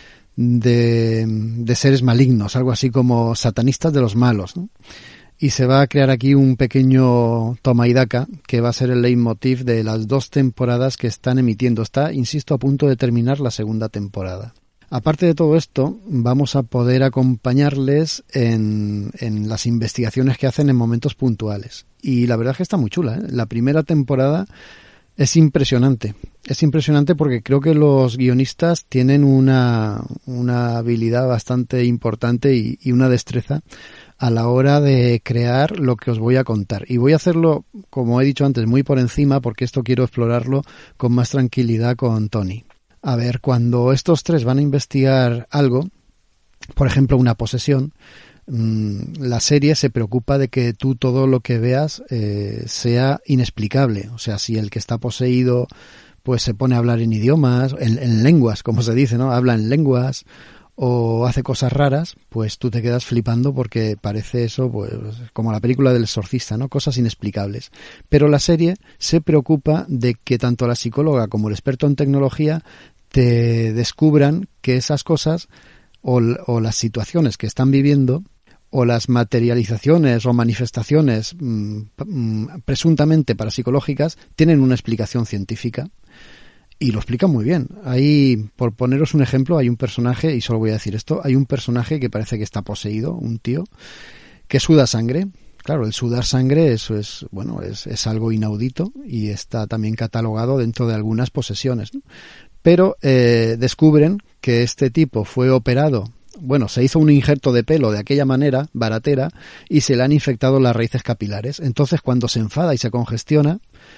de seres malignos, algo así como satanistas de los malos, ¿no? Y se va a crear aquí un pequeño toma y daca que va a ser el leitmotiv de las 2 temporadas que están emitiendo. Está, insisto, a punto de terminar la segunda temporada. Aparte de todo esto, vamos a poder acompañarles en las investigaciones que hacen en momentos puntuales. Y la verdad es que está muy chula, ¿eh? La primera temporada Es impresionante porque creo que los guionistas tienen una habilidad bastante importante y una destreza a la hora de crear lo que os voy a contar. Y voy a hacerlo, como he dicho antes, muy por encima, porque esto quiero explorarlo con más tranquilidad con Tony. A ver, cuando estos tres van a investigar algo, por ejemplo una posesión, la serie se preocupa de que tú todo lo que veas sea inexplicable. O sea, si el que está poseído pues se pone a hablar en idiomas, en lenguas, como se dice, ¿no? Habla en lenguas o hace cosas raras, pues tú te quedas flipando porque parece eso, pues como la película del exorcista, ¿no? Cosas inexplicables. Pero la serie se preocupa de que tanto la psicóloga como el experto en tecnología te descubran que esas cosas o las situaciones que están viviendo o las materializaciones o manifestaciones presuntamente parapsicológicas tienen una explicación científica. Y lo explica muy bien. Ahí, por poneros un ejemplo, hay un personaje, y solo voy a decir esto, hay un personaje que parece que está poseído, un tío, que suda sangre. Claro, el sudar sangre, eso es, bueno, es algo inaudito y está también catalogado dentro de algunas posesiones, ¿no? Pero descubren que este tipo fue operado, bueno, se hizo un injerto de pelo de aquella manera, baratera, y se le han infectado las raíces capilares. Entonces, cuando se enfada y se congestiona,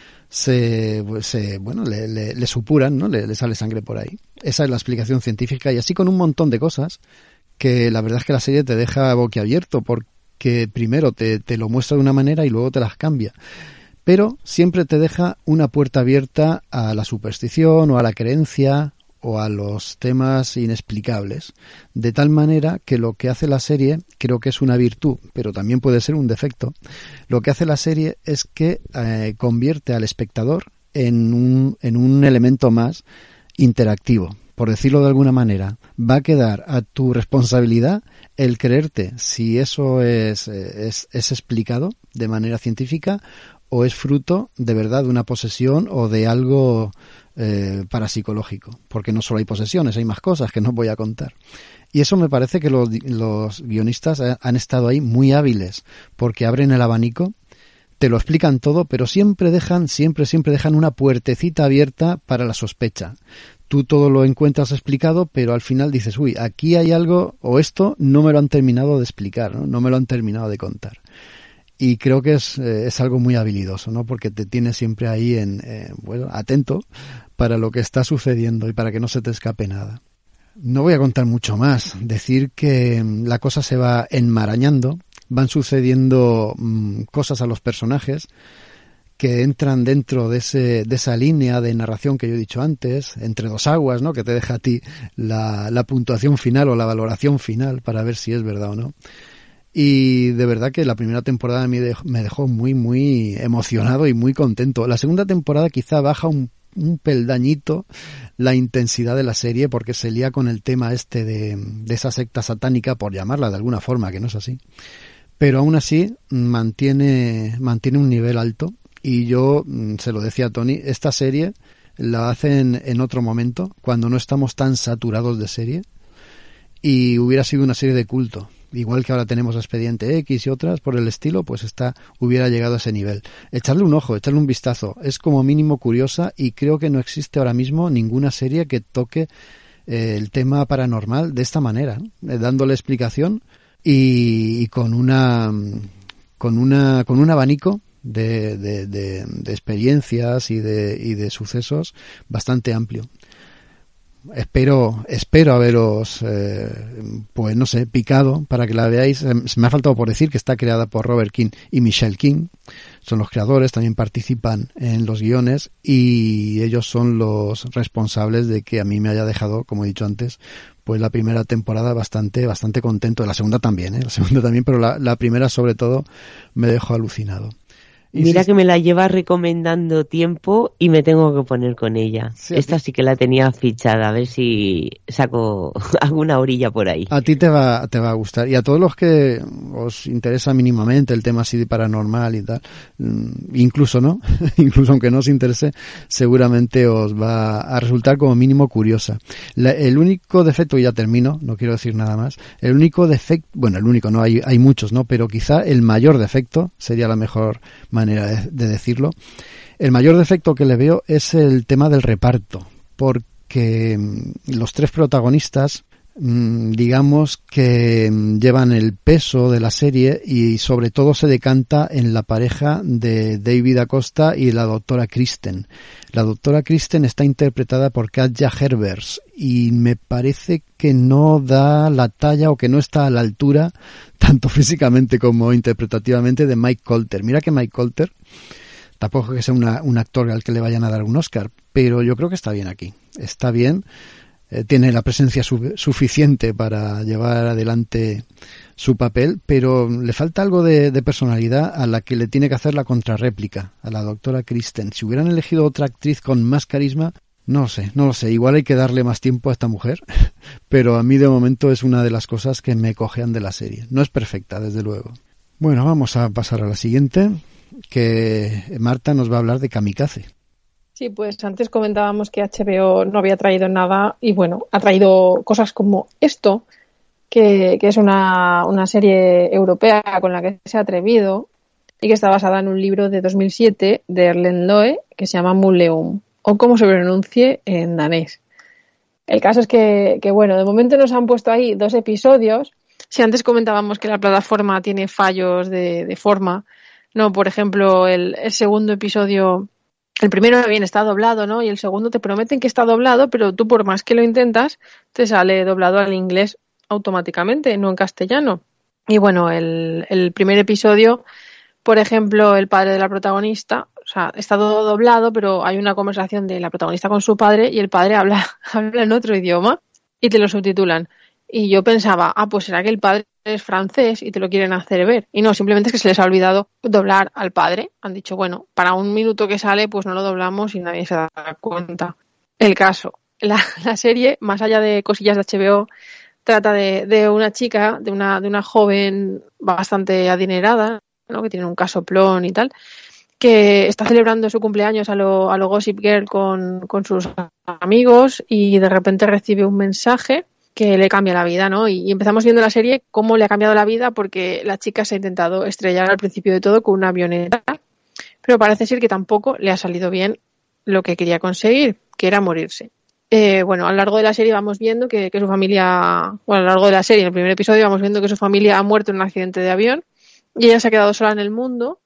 le supuran, ¿no? Le sale sangre por ahí. Esa es la explicación científica, y así con un montón de cosas que la verdad es que la serie te deja boquiabierto, porque primero te lo muestra de una manera y luego te las cambia. Pero siempre te deja una puerta abierta a la superstición o a la creencia o a los temas inexplicables, de tal manera que lo que hace la serie, creo que es una virtud, pero también puede ser un defecto. Lo que hace la serie es que convierte al espectador en un elemento más interactivo, por decirlo de alguna manera. Va a quedar a tu responsabilidad el creerte si eso es explicado de manera científica o es fruto de verdad de una posesión o de algo parapsicológico, porque no solo hay posesiones, hay más cosas que no voy a contar. Y eso me parece que los guionistas han estado ahí muy hábiles, porque abren el abanico, te lo explican todo, pero siempre dejan una puertecita abierta para la sospecha. Tú todo lo encuentras explicado, pero al final dices, uy, aquí hay algo, o esto no me lo han terminado de explicar, no me lo han terminado de contar. Y creo que es algo muy habilidoso, ¿no? Porque te tienes siempre ahí atento para lo que está sucediendo y para que no se te escape nada. No voy a contar mucho más. Decir que la cosa se va enmarañando, van sucediendo cosas a los personajes que entran dentro de esa línea de narración que yo he dicho antes, entre dos aguas, ¿no? Que te deja a ti la puntuación final o la valoración final para ver si es verdad o no. Y de verdad que la primera temporada me dejó muy, muy emocionado y muy contento. La segunda temporada quizá baja un peldañito la intensidad de la serie, porque se lía con el tema de esa secta satánica, por llamarla de alguna forma, que no es así. Pero aún así mantiene un nivel alto, y yo se lo decía a Tony, esta serie la hacen en otro momento, cuando no estamos tan saturados de serie, y hubiera sido una serie de culto. Igual que ahora tenemos Expediente X y otras por el estilo, pues esta hubiera llegado a ese nivel. Echarle un ojo, echarle un vistazo. Es como mínimo curiosa, y creo que no existe ahora mismo ninguna serie que toque el tema paranormal de esta manera, ¿no? Dándole explicación y con un abanico de experiencias y de sucesos bastante amplio. Espero haberos, pues no sé, picado para que la veáis. Me ha faltado por decir que está creada por Robert King y Michelle King. Son los creadores, también participan en los guiones, y ellos son los responsables de que a mí me haya dejado, como he dicho antes, pues la primera temporada bastante contento. La segunda también, pero la primera sobre todo me dejó alucinado. Mira que me la llevas recomendando tiempo y me tengo que poner con ella. Sí, esta sí que la tenía fichada, a ver si saco alguna orilla por ahí. A ti te va a gustar, y a todos los que os interesa mínimamente el tema así de paranormal y tal, incluso aunque no os interese, seguramente os va a resultar como mínimo curiosa. El único defecto, y ya termino, no quiero decir nada más, el único defecto, bueno, el único no, hay muchos, ¿no? Pero quizá el mayor defecto, sería la mejor manera de decirlo, El mayor defecto que le veo es el tema del reparto, porque los tres protagonistas, digamos que llevan el peso de la serie y sobre todo se decanta en la pareja de David Acosta y la doctora Kristen. La doctora Kristen está interpretada por Katja Herbers y me parece que no da la talla o que no está a la altura, tanto físicamente como interpretativamente, de Mike Colter. Mira que Mike Colter tampoco es que sea un actor al que le vayan a dar un Oscar, pero yo creo que está bien aquí. Está bien. Tiene la presencia suficiente para llevar adelante su papel, pero le falta algo de personalidad a la que le tiene que hacer la contrarréplica, a la doctora Kristen. Si hubieran elegido otra actriz con más carisma, no lo sé, igual hay que darle más tiempo a esta mujer, pero a mí de momento es una de las cosas que me cojean de la serie. No es perfecta, desde luego. Bueno, vamos a pasar a la siguiente, que Marta nos va a hablar de Kamikaze. Sí, pues antes comentábamos que HBO no había traído nada y bueno, ha traído cosas como esto, que es una serie europea con la que se ha atrevido y que está basada en un libro de 2007 de Erlend Loe que se llama Muleum, o como se pronuncie en danés. El caso es que bueno, de momento nos han puesto ahí 2 episodios. Si antes comentábamos que la plataforma tiene fallos de forma, no, por ejemplo, el segundo episodio... El primero bien está doblado, ¿no? Y el segundo te prometen que está doblado, pero tú por más que lo intentas, te sale doblado al inglés automáticamente, no en castellano. Y bueno, el primer episodio, por ejemplo, el padre de la protagonista, o sea, está todo doblado, pero hay una conversación de la protagonista con su padre y el padre habla en otro idioma y te lo subtitulan. Y yo pensaba, pues será que el padre es francés y te lo quieren hacer ver. Y no, simplemente es que se les ha olvidado doblar al padre. Han dicho, bueno, para un minuto que sale, pues no lo doblamos y nadie se da cuenta. El caso, la serie, más allá de cosillas de HBO, trata de una chica, de una joven bastante adinerada, ¿no? Que tiene un casoplón y tal, que está celebrando su cumpleaños a lo Gossip Girl con sus amigos y de repente recibe un mensaje que le cambia la vida, ¿no? Y empezamos viendo la serie cómo le ha cambiado la vida porque la chica se ha intentado estrellar al principio de todo con una avioneta, pero parece ser que tampoco le ha salido bien lo que quería conseguir, que era morirse. Bueno, a lo largo de la serie vamos viendo que su familia, bueno, a lo largo de la serie, en el primer episodio vamos viendo que su familia ha muerto en un accidente de avión y ella se ha quedado sola en el mundo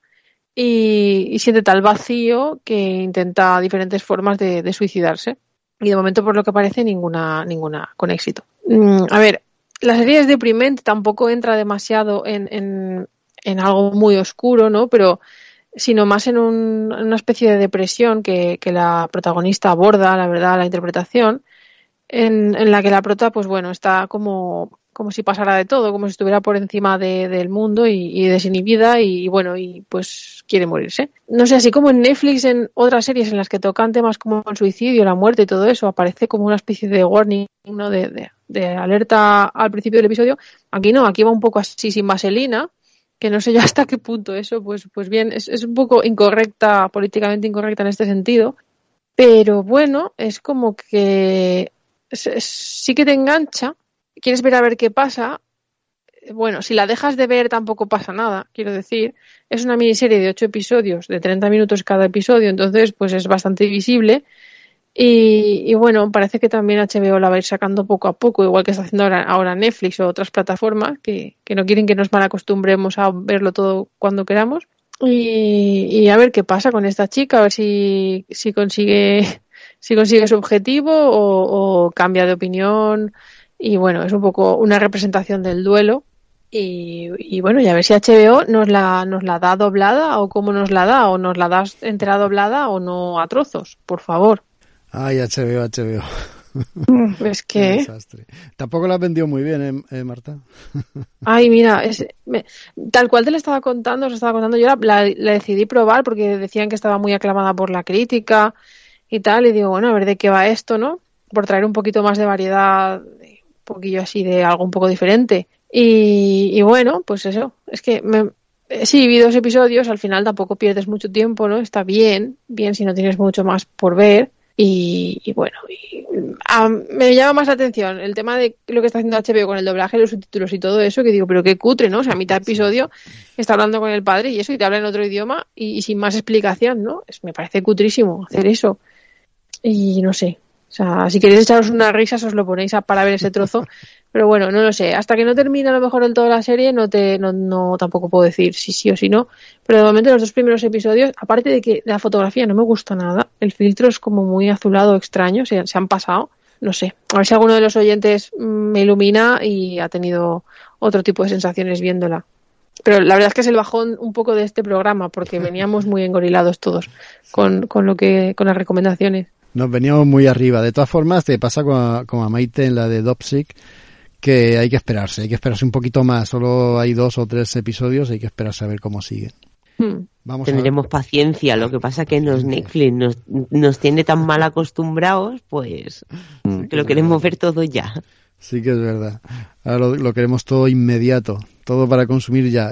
y siente tal vacío que intenta diferentes formas de suicidarse. Y de momento, por lo que parece, ninguna con éxito. A ver, la serie es deprimente, tampoco entra demasiado en algo muy oscuro, ¿no? Pero sino más en una especie de depresión que la protagonista aborda, la verdad, la interpretación, en la que la prota, pues bueno, está como si pasara de todo, como si estuviera por encima del mundo y desinhibida y bueno, y pues quiere morirse. No sé, así como en Netflix, en otras series en las que tocan temas como el suicidio, la muerte y todo eso, aparece como una especie de warning, ¿no? De alerta al principio del episodio. Aquí no, aquí va un poco así sin vaselina, que no sé yo hasta qué punto eso, pues bien, es un poco incorrecta, políticamente incorrecta en este sentido, pero bueno, es como que sí que te engancha. Quieres ver a ver qué pasa. Bueno, si la dejas de ver tampoco pasa nada, quiero decir. Es una miniserie de 8 episodios, de 30 minutos cada episodio, entonces pues es bastante visible. Y bueno, parece que también HBO la va a ir sacando poco a poco, igual que está haciendo ahora Netflix o otras plataformas, que no quieren que nos malacostumbremos a verlo todo cuando queramos. Y a ver qué pasa con esta chica, a ver si consigue su objetivo o cambia de opinión. Y bueno, es un poco una representación del duelo y bueno, y a ver si HBO nos la da doblada o cómo nos la da, o nos la das entera doblada o no a trozos, por favor. Ay, HBO. Es que... Qué desastre. Tampoco la has vendido muy bien, Marta. Ay, mira, tal cual te os estaba contando, yo la decidí probar porque decían que estaba muy aclamada por la crítica y tal, y digo, bueno, a ver de qué va esto, ¿no? Por traer un poquito más de variedad, poquillo así de algo un poco diferente y bueno, pues eso, es que sí, vi 2 episodios, al final tampoco pierdes mucho tiempo, ¿no? Está bien si no tienes mucho más por ver Y bueno, me llama más la atención el tema de lo que está haciendo HBO con el doblaje, los subtítulos y todo eso, que digo, pero qué cutre, ¿no? O sea, a mitad de episodio está hablando con el padre y eso, y te habla en otro idioma y sin más explicación, ¿no? Me parece cutrísimo hacer eso. Y no sé, o sea, si queréis echaros unas risas os lo ponéis para ver ese trozo, pero bueno, no lo sé, hasta que no termine a lo mejor en toda la serie no tampoco puedo decir si sí o si no, pero de momento los 2 primeros episodios, aparte de que la fotografía no me gusta nada, el filtro es como muy azulado, extraño, se han pasado, no sé, a ver si alguno de los oyentes me ilumina y ha tenido otro tipo de sensaciones viéndola. Pero la verdad es que es el bajón un poco de este programa, porque veníamos muy engorilados todos con las recomendaciones. Nos veníamos muy arriba. De todas formas, te pasa como a Maite en la de Dopsic, que hay que esperarse un poquito más. Solo hay 2 o 3 episodios, hay que esperarse a ver cómo siguen. Tendremos paciencia, lo que pasa que Netflix nos tiene tan mal acostumbrados, pues que lo queremos ver todo ya. Sí que es verdad. Ahora lo queremos todo inmediato, todo para consumir ya,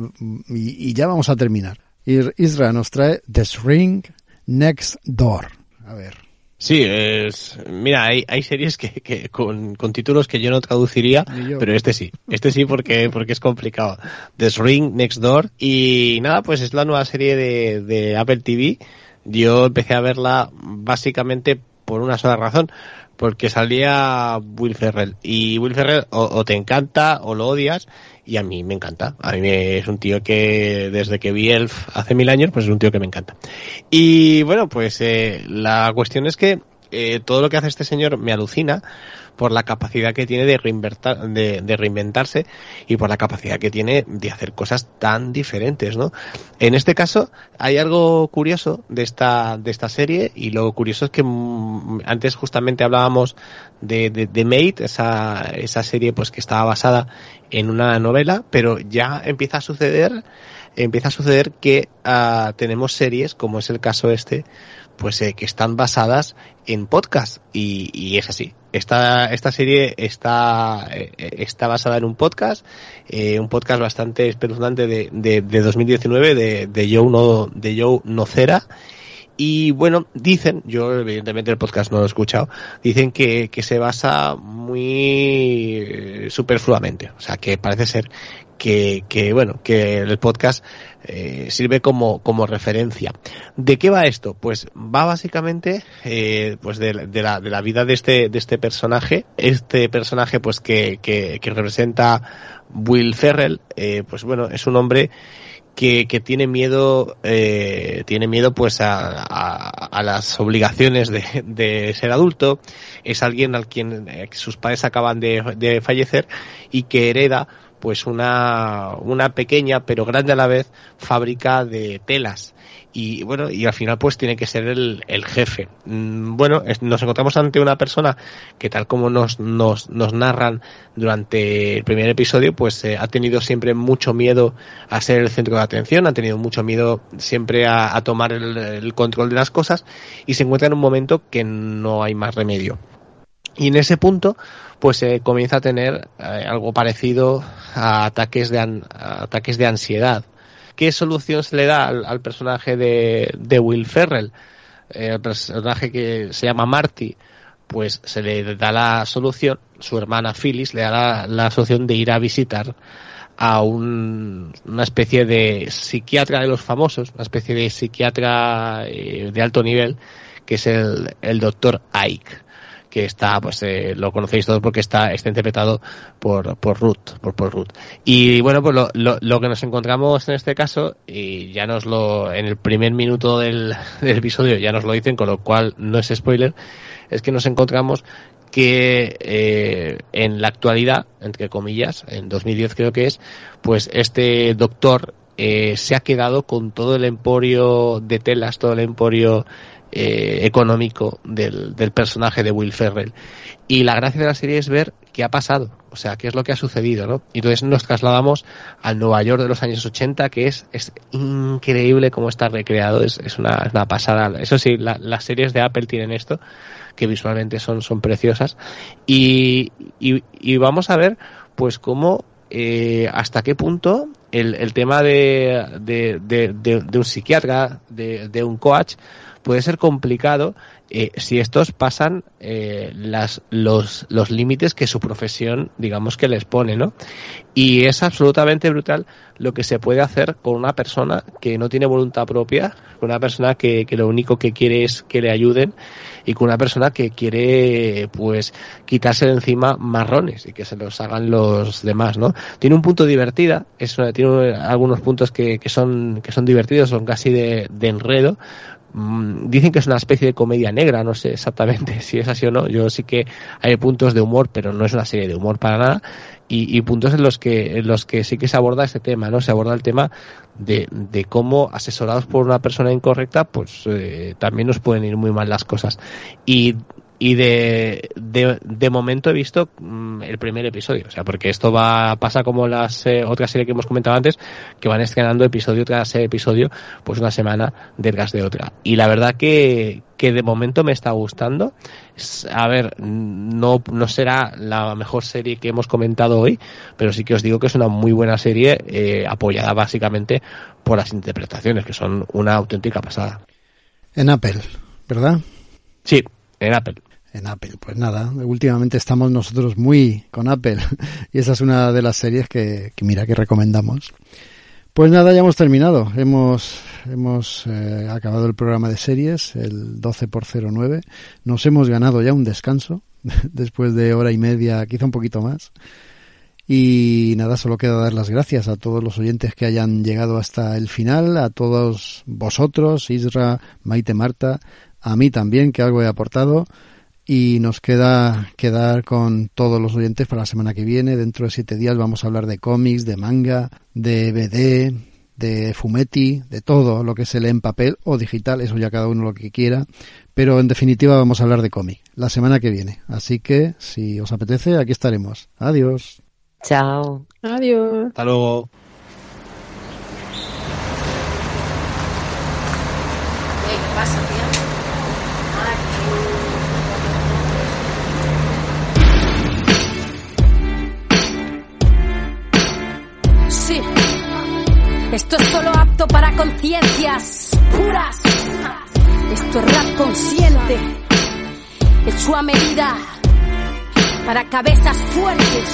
y ya vamos a terminar. Isra nos trae The Shrink Next Door. A ver. Sí, mira, hay series que con títulos que yo no traduciría, pero este sí porque es complicado. The Shrink Next Door, y nada, pues es la nueva serie de Apple TV. Yo empecé a verla básicamente por una sola razón, porque salía Will Ferrell, y Will Ferrell o te encanta o lo odias, y a mí me encanta. A mí es un tío que desde que vi Elf hace 1000 años, pues es un tío que me encanta. Y bueno, pues la cuestión es que todo lo que hace este señor me alucina por la capacidad que tiene de reinventarse y por la capacidad que tiene de hacer cosas tan diferentes, ¿no? En este caso hay algo curioso de esta serie, y lo curioso es que antes justamente hablábamos de Made, esa serie pues que estaba basada en una novela, pero ya empieza a suceder que tenemos series, como es el caso pues que están basadas en podcast, y es así. Esta serie está basada en un podcast bastante espeluznante de 2019 de Joe Nocera. Y bueno, dicen, yo evidentemente el podcast no lo he escuchado, dicen que se basa muy superfluamente, o sea que parece ser que el podcast sirve como referencia. ¿De qué va esto? Pues va básicamente pues de la vida de este personaje. Este personaje pues que representa Will Ferrell, pues bueno, es un hombre que tiene miedo pues a las obligaciones de ser adulto. Es alguien al quien sus padres acaban de fallecer, y que hereda pues una pequeña pero grande a la vez fábrica de telas, y bueno, y al final pues tiene que ser el jefe. Bueno, nos encontramos ante una persona que, tal como nos narran durante el primer episodio, pues ha tenido siempre mucho miedo a ser el centro de atención, ha tenido mucho miedo siempre a tomar el control de las cosas, y se encuentra en un momento que no hay más remedio. Y en ese punto pues comienza a tener algo parecido a ataques de ansiedad. ¿Qué solución se le da al personaje de Will Ferrell? El personaje que se llama Marty, pues se le da la solución, su hermana Phyllis le da la solución de ir a visitar a una especie de psiquiatra de los famosos, una especie de psiquiatra de alto nivel, que es el doctor Ike, que está, pues lo conocéis todos porque está interpretado por Ruth. Y bueno, pues lo que nos encontramos en este caso, y ya en el primer minuto del episodio ya nos lo dicen, con lo cual no es spoiler, es que nos encontramos que en la actualidad, entre comillas, en 2010 creo que es, pues este doctor se ha quedado con todo el emporio de telas, todo el emporio económico del personaje de Will Ferrell. Y la gracia de la serie es ver qué ha pasado, o sea, qué es lo que ha sucedido, ¿no? Y entonces nos trasladamos al Nueva York de los años 80, que es increíble cómo está recreado, es una pasada. Eso sí, las series de Apple tienen esto, que visualmente son preciosas, y vamos a ver pues cómo hasta qué punto el tema de un psiquiatra, de un coach, puede ser complicado si estos pasan los límites que su profesión, digamos, que les pone, ¿no? Y es absolutamente brutal lo que se puede hacer con una persona que no tiene voluntad propia, con una persona que lo único que quiere es que le ayuden, y con una persona que quiere, pues, quitarse de encima marrones y que se los hagan los demás, ¿no? Tiene un punto divertida, tiene algunos puntos que son divertidos, son casi de enredo. Dicen que es una especie de comedia negra, no sé exactamente si es así o no. Yo sí que hay puntos de humor, pero no es una serie de humor para nada, y puntos en los que sí que se aborda este tema, ¿no? Se aborda el tema de cómo, asesorados por una persona incorrecta, pues también nos pueden ir muy mal las cosas. Y de momento he visto el primer episodio, o sea, porque esto pasa como las otras series que hemos comentado antes, que van estrenando episodio tras episodio, pues una semana detrás de otra. Y la verdad que de momento me está gustando. A ver, no será la mejor serie que hemos comentado hoy, pero sí que os digo que es una muy buena serie, apoyada básicamente por las interpretaciones, que son una auténtica pasada. En Apple, ¿verdad? Sí, en Apple. En Apple, pues nada, últimamente estamos nosotros muy con Apple y esa es una de las series que mira, que recomendamos. Pues nada, ya hemos terminado, hemos acabado el programa de series, el 12x09, nos hemos ganado ya un descanso, después de hora y media, quizá un poquito más, y nada, solo queda dar las gracias a todos los oyentes que hayan llegado hasta el final, a todos vosotros, Isra, Maite, Marta, a mí también, que algo he aportado. Y nos queda quedar con todos los oyentes para la semana que viene. Dentro de 7 días vamos a hablar de cómics, de manga, de BD, de fumetti, de todo lo que se lee en papel o digital, eso ya cada uno lo que quiera. Pero en definitiva vamos a hablar de cómic la semana que viene. Así que si os apetece, aquí estaremos. Adiós. Chao. Adiós. Hasta luego. ¿Qué pasa, tía? Sí, esto es solo apto para conciencias puras. Esto es rap consciente, hecho a medida para cabezas fuertes.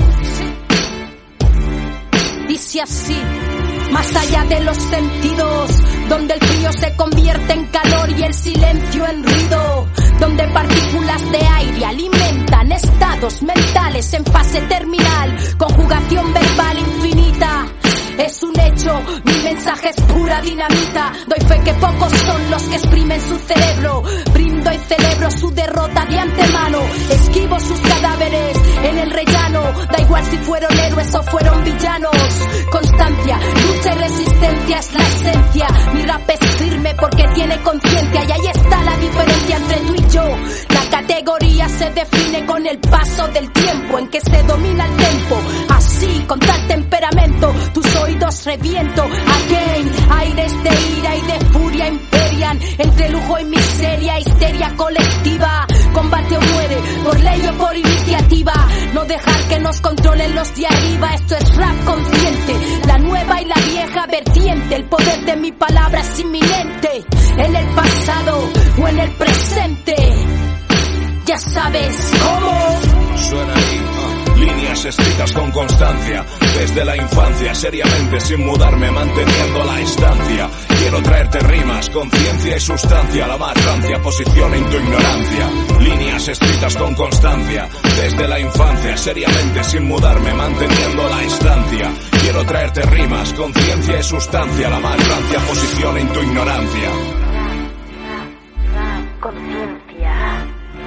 Dice así: más allá de los sentidos, donde el frío se convierte en calor y el silencio en ruido, donde partículas de aire alimentan estados mentales en fase terminal, conjugación verbal infinita. Es un hecho, mi mensaje es pura dinamita. Doy fe que pocos son los que exprimen su cerebro. Brindo y celebro su derrota de antemano. Esquivo sus cadáveres en el rellano. Da igual si fueron héroes o fueron villanos. Constancia, lucha y resistencia es la esencia. Mi rap es firme porque tiene conciencia. Y ahí está la diferencia entre tú y yo. La categoría se define con el paso del tiempo en que se domina el tempo. Así, con tal temperamento, tus oídos reviento. Again, aires de ira y de furia imperian entre lujo y miseria, histeria colectiva. Combate o muere, por ley o por iniciativa. No dejar que nos controlen los de arriba. Esto es rap consciente, la nueva y la vieja vertiente. El poder de mi palabra es inminente, en el pasado o en el presente. Ya sabes cómo suena ahí. Líneas escritas con constancia, desde la infancia, seriamente, sin mudarme, manteniendo la estancia. Quiero traerte rimas, conciencia y sustancia, la más rancia posición en tu ignorancia. Líneas escritas con constancia, desde la infancia, seriamente, sin mudarme, manteniendo la estancia. Quiero traerte rimas, conciencia y sustancia, la más rancia posición en tu ignorancia. Conciencia.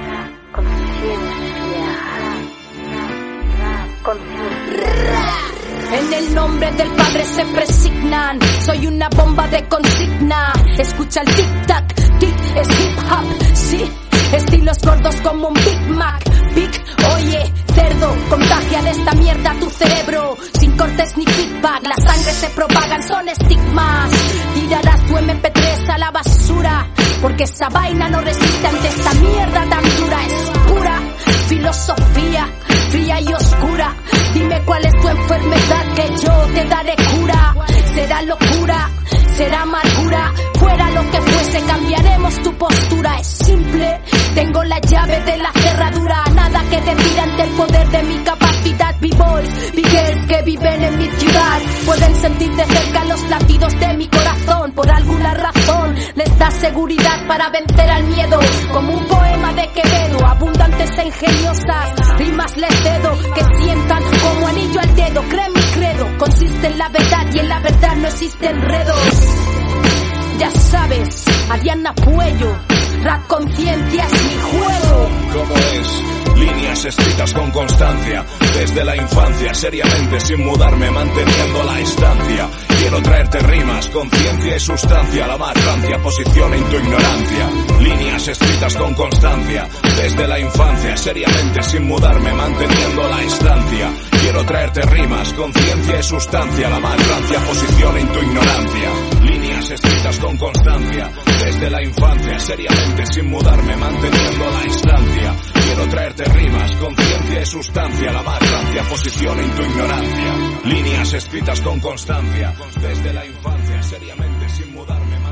En el nombre del Padre se presignan. Soy una bomba de consigna. Escucha el tic-tac, tic es hip-hop, sí. Estilos gordos como un Big Mac. Big, oye, cerdo, contagia de esta mierda tu cerebro. Sin cortes ni feedback, la sangre se propagan, son estigmas. Tirarás tu MP3 a la basura, porque esa vaina no resiste ante esta mierda tan dura. Es pura filosofía, fría y oscura. Dime cuál es tu enfermedad, que yo te daré cura. Será locura, será amargura, fuera lo que fuese, cambiaremos tu postura. Es simple, tengo la llave de la cerradura. Nada que decir ante el poder de mi capacidad. B-boys, B-girls que viven en mi ciudad pueden sentir de cerca los latidos de mi corazón. Por alguna razón les da seguridad para vencer al miedo. Como un poema de Quevedo, abundantes e ingeniosas rimas les cedo, que sientan como anillo al dedo. Cree mi credo, consiste en la verdad y en la verdad no existen enredos. Ya sabes, Ariana Puello, Rap Conciencia es mi juego. ¿Cómo es? Líneas escritas con constancia, desde la infancia, seriamente, sin mudarme, manteniendo la instancia. Quiero traerte rimas, conciencia y sustancia, la más rancia posición en tu ignorancia. Líneas escritas con constancia, desde la infancia, seriamente, sin mudarme, manteniendo la instancia. Quiero traerte rimas, conciencia y sustancia, la más rancia posición en tu ignorancia. Líneas escritas con constancia, desde la infancia, seriamente, sin mudarme, manteniendo la instancia. Quiero traerte rimas, conciencia y sustancia, la más rancia posición en tu ignorancia. Líneas escritas con constancia, desde la infancia, seriamente, sin mudarme.